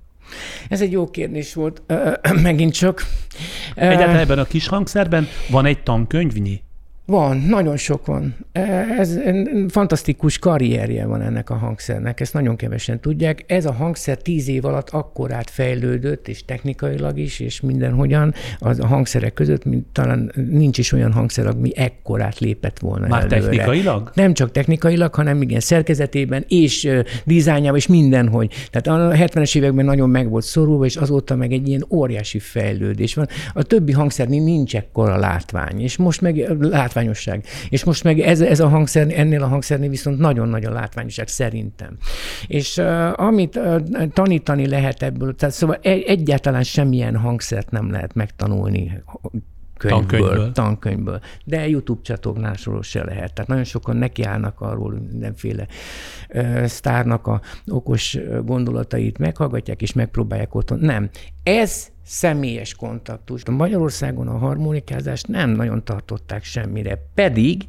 Ez egy jó kérdés volt, megint csak. Egyáltalán ebben a kis hangszerben van egy tankönyvnyi? Van, nagyon sok van. Ez fantasztikus karrierje van ennek a hangszernek, ezt nagyon kevesen tudják. Ez a hangszer tíz év alatt akkorát fejlődött, és technikailag is, és mindenhogyan az a hangszerek között, mint talán nincs is olyan hangszer, ami ekkorát lépett volna Már előre. technikailag? Nem csak technikailag, hanem igen, szerkezetében és uh, dizájnjában, és mindenhogy. Tehát a hetvenes években nagyon meg volt szorulva, és azóta meg egy ilyen óriási fejlődés van. A többi hangszernél nincs ekkora látvány, és most meg látvány És most meg ez, ez a hangszer, ennél a hangszernél viszont nagyon nagy a látványosság szerintem. És uh, amit uh, tanítani lehet ebből, tehát szóval egy, egyáltalán semmilyen hangszert nem lehet megtanulni könyvből, tankönyvből. tankönyvből. De YouTube csatornásról se lehet. Tehát nagyon sokan nekiállnak arról mindenféle uh, sztárnak a okos gondolatait meghallgatják, és megpróbálják otthon. Nem. Ez személyes kontaktus. Magyarországon a harmonikázást nem nagyon tartották semmire, pedig,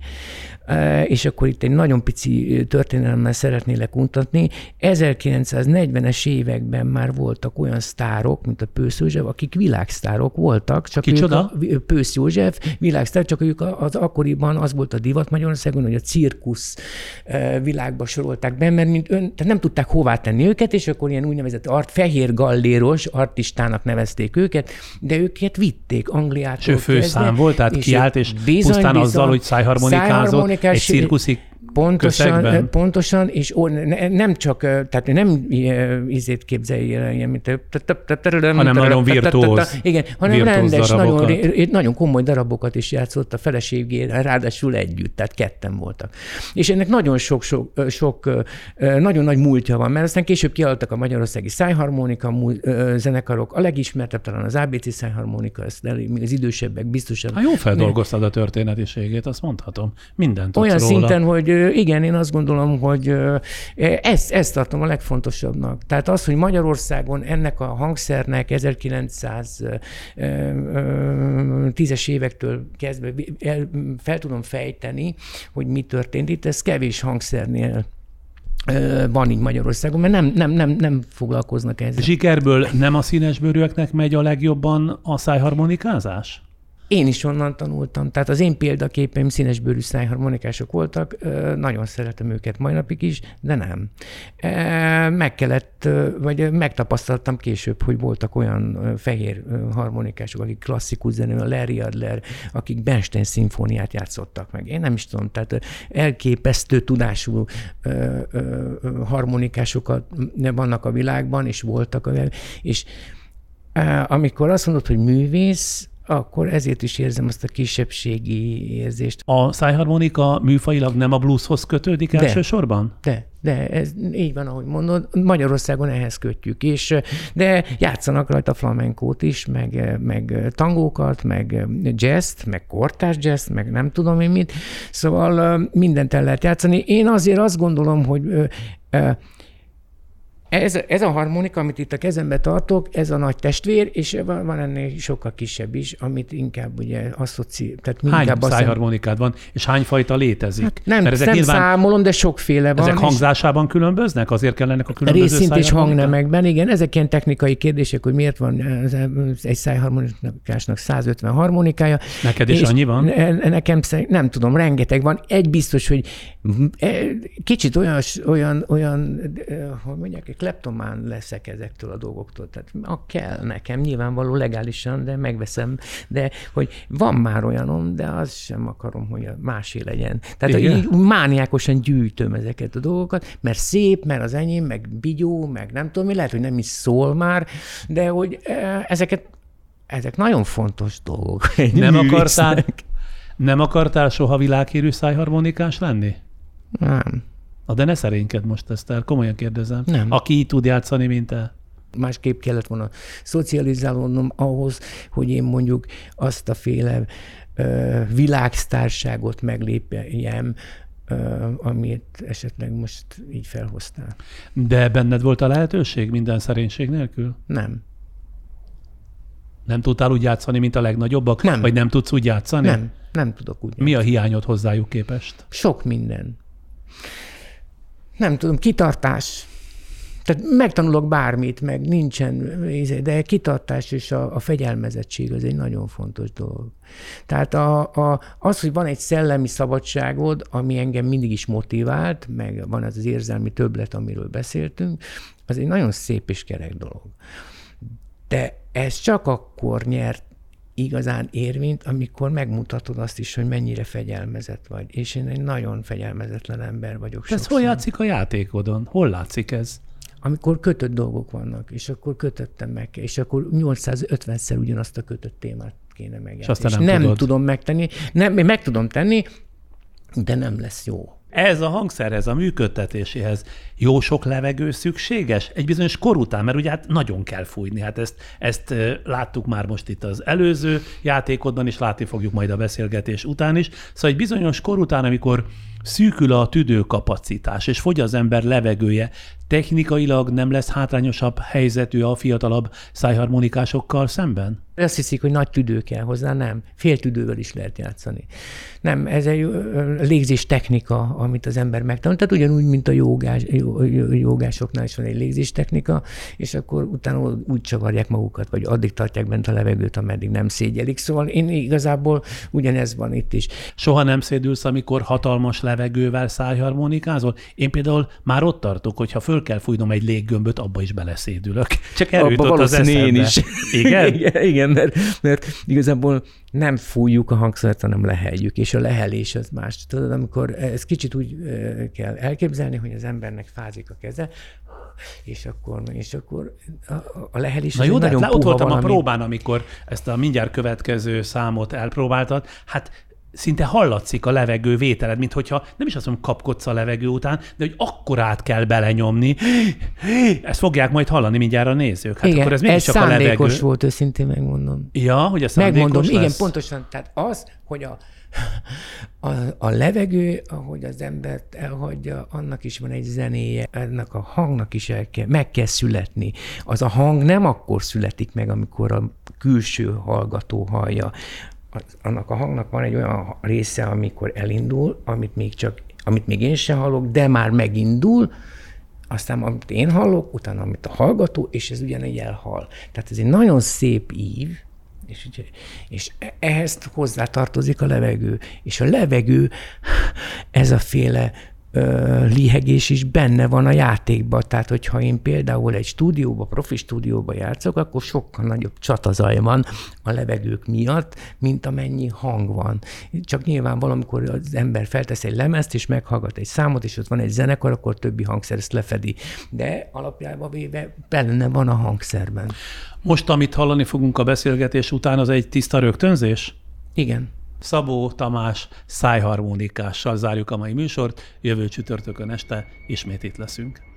és akkor itt egy nagyon pici történelemmel szeretnélek untatni, ezerkilencszáznegyvenes években már voltak olyan sztárok, mint a Pősz József, akik világsztárok voltak. Csak Kicsoda? Ők a, Pősz József, világsztár, csak ők az akkoriban az volt a divat Magyarországon, hogy a cirkusz világba sorolták be, mert mint ön, tehát nem tudták hová tenni őket, és akkor ilyen úgynevezett art, fehér galléros artistának nevezték őket, de őket vitték Angliától. És ő főszám volt, tehát kiállt, és bizony, pusztán bizony, azzal, hogy szájharmonikázott egy cirkuszi Pontosan, pontosan, és nem csak, tehát nem ízét képzelj el, ilyen, mint hanem nagyon virtuóz. Igen, hanem rendes, nagyon, nagyon komoly darabokat is játszott a feleségére, ráadásul együtt, tehát ketten voltak. És ennek nagyon sok, sok, sok nagyon nagy múltja van, mert aztán később kialtak a magyarországi szájharmonika zenekarok, a legismertebb talán az á bé cé szájharmonika, még az idősebbek biztosan. Ha jól feldolgoztad a történetiségét, azt mondhatom. Mindent tudsz olyan róla. Szinten, hogy igen, én azt gondolom, hogy ezt, ezt tartom a legfontosabbnak. Tehát az, hogy Magyarországon ennek a hangszernek ezerkilencszáztízes évektől kezdve fel tudom fejteni, hogy mi történt itt, ez kevés hangszernél van így Magyarországon, mert nem, nem, nem, nem foglalkoznak ezzel. Zsikerből nem a színesbőrűeknek megy a legjobban a szájharmonikázás? Én is onnan tanultam, tehát az én példaképeim színesbőrű szájharmonikások voltak, nagyon szeretem őket mai napig is, de nem. Meg kellett, vagy megtapasztaltam később, hogy voltak olyan fehér harmonikások, akik klasszikus zenében, a Larry Adler, akik Bernstein szimfóniát játszottak meg. Én nem is tudom, tehát elképesztő tudású harmonikásokat vannak a világban, és voltak, és Amikor azt mondod, hogy művész, akkor ezért is érzem azt a kisebbségi érzést. A szájharmonika műfajilag nem a blueshoz kötődik de, elsősorban? De, de ez így van, ahogy mondod. Magyarországon ehhez kötjük, és, de játszanak rajta flamenkót is, meg, meg tangókat, meg jazzt, meg kortárs jazzt, meg nem tudom én mit. Szóval mindent el lehet játszani. Én azért azt gondolom, hogy Ez, ez a harmonika, amit itt a kezembe tartok, ez a nagy testvér, és van, van ennél sokkal kisebb is, amit inkább ugye asszociál. Hány inkább szájharmonikád van, és hány fajta létezik? Hát nem Mert ezek nem nyilván, számolom, de sokféle van. Ezek hangzásában különböznek? Azért kellenek a különböző részint és hangnemekben, igen. Ezek ilyen technikai kérdések, hogy miért van egy szájharmonikásnak százötven harmonikája. Neked is annyi van? Nekem nem tudom, rengeteg van. Egy biztos, hogy kicsit olyan, olyan, olyan hogy mondják, kleptomán leszek ezektől a dolgoktól. Tehát a kell nekem, nyilvánvaló legálisan, de megveszem, de hogy van már olyanom, de az sem akarom, hogy a másé legyen. Tehát így mániákosan gyűjtöm ezeket a dolgokat, mert szép, mert az enyém, meg bigyó, meg nem tudom mi, lehet, hogy nem is szól már, de hogy ezeket, ezek nagyon fontos dolgok. Nem akartál, nem akartál soha világhírű szájharmonikás lenni? Nem. A de ne szerényked most ezt el, komolyan kérdezem. Nem. Aki így tud játszani, mint te. Másképp kellett volna szocializálódnom ahhoz, hogy én mondjuk azt a féle ö, világsztárságot meglépjem, ö, amit esetleg most így felhoztál. De benned volt a lehetőség minden szerénység nélkül? Nem. Nem tudtál úgy játszani, mint a legnagyobbak? Nem. Vagy nem tudsz úgy játszani? Nem, nem tudok úgy játszani. Mi a hiányod hozzájuk képest? Sok minden. Nem tudom, kitartás. Tehát megtanulok bármit, meg nincsen, de kitartás és a, a fegyelmezettség az egy nagyon fontos dolog. Tehát a, a, az, hogy van egy szellemi szabadságod, ami engem mindig is motivált, meg van az az érzelmi többlet, amiről beszéltünk, az egy nagyon szép és kerek dolog. De ez csak akkor nyert igazán érvényt, amikor megmutatod azt is, hogy mennyire fegyelmezett vagy. És én egy nagyon fegyelmezetlen ember vagyok. Ez hol játszik a játékodon? Hol látszik ez? Amikor kötött dolgok vannak, és akkor kötöttem meg, és akkor nyolcszázötvenszer ugyanazt a kötött témát kéne megjátszani. És, és nem, nem tudod. tudom megtenni. Nem, én meg tudom tenni, de nem lesz jó. Ez a hangszerhez, a működtetéséhez jó sok levegő szükséges? Egy bizonyos kor után, mert ugye hát nagyon kell fújni. Hát ezt, ezt láttuk már most itt az előző játékodban, és látni fogjuk majd a beszélgetés után is. Szóval egy bizonyos kor után, amikor szűkül a tüdőkapacitás, és fogy az ember levegője, technikailag nem lesz hátrányosabb helyzetű a fiatalabb szájharmonikásokkal szemben? Azt hiszik, hogy nagy tüdő kell hozzá, nem. Fél tüdővel is lehet játszani. Nem, ez egy légzés technika, amit az ember megtanul. Tehát ugyanúgy, mint a jogás, jogásoknál is van egy légzés technika, és akkor utána úgy csavarják magukat, vagy addig tartják bent a levegőt, ameddig nem szégyelik. Szóval én igazából ugyanez van itt is. Soha nem szédülsz, amikor hatalmas levegővel szájharmonikázol? Én például már ott tartok, hogyha föl kell fújnom egy léggömböt, abba is beleszédülök. Csak eljutott az eszembe. Én is. Igen? igen, igen mert, mert igazából nem fújjuk a hangszert, hanem leheljük, és a lehelés az más. Tudod, amikor ez kicsit úgy kell elképzelni, hogy az embernek fázik a keze, és akkor, és akkor a, a lehelés Na jó, de nagyon hát ott voltam valami... a próbán, amikor ezt a mindjárt következő számot elpróbáltad, hát szinte hallatszik a levegő vételed, mint hogyha nem is azt mondom, kapkodsz a levegő után, de hogy akkorát kell belenyomni. Ezt fogják majd hallani mindjárt a nézők. Hát igen, akkor ez mégis csak a levegő. Ez szándékos volt, őszintén megmondom. Ja, hogy a szándékos Megmondom, lesz? igen, pontosan. Tehát az, hogy a, a, a levegő, ahogy az embert elhagyja, annak is van egy zenéje, ennek a hangnak is el kell, meg kell születni. Az a hang nem akkor születik meg, amikor a külső hallgató hallja. Annak a hangnak van egy olyan része, amikor elindul, amit még csak, amit még én sem hallok, de már megindul, aztán amit én hallok, utána amit a hallgató, és ez ugyanígy elhal. Tehát ez egy nagyon szép ív, és, és ehhez hozzátartozik a levegő. És a levegő, ez a féle ö, lihegés is benne van a játékban. Tehát, hogyha én például egy stúdióba, profi stúdióba játszok, akkor sokkal nagyobb csatazaj van a levegők miatt, mint amennyi hang van. Csak nyilván valamikor az ember feltesz egy lemezt, és meghallgat egy számot, és ott van egy zenekar, akkor többi hangszer ezt lefedi. De alapjában véve benne van a hangszerben. Most, amit hallani fogunk a beszélgetés után, az egy tiszta rögtönzés? Igen. Szabó Tamás szájharmonikással zárjuk a mai műsort. Jövő csütörtökön este ismét itt leszünk.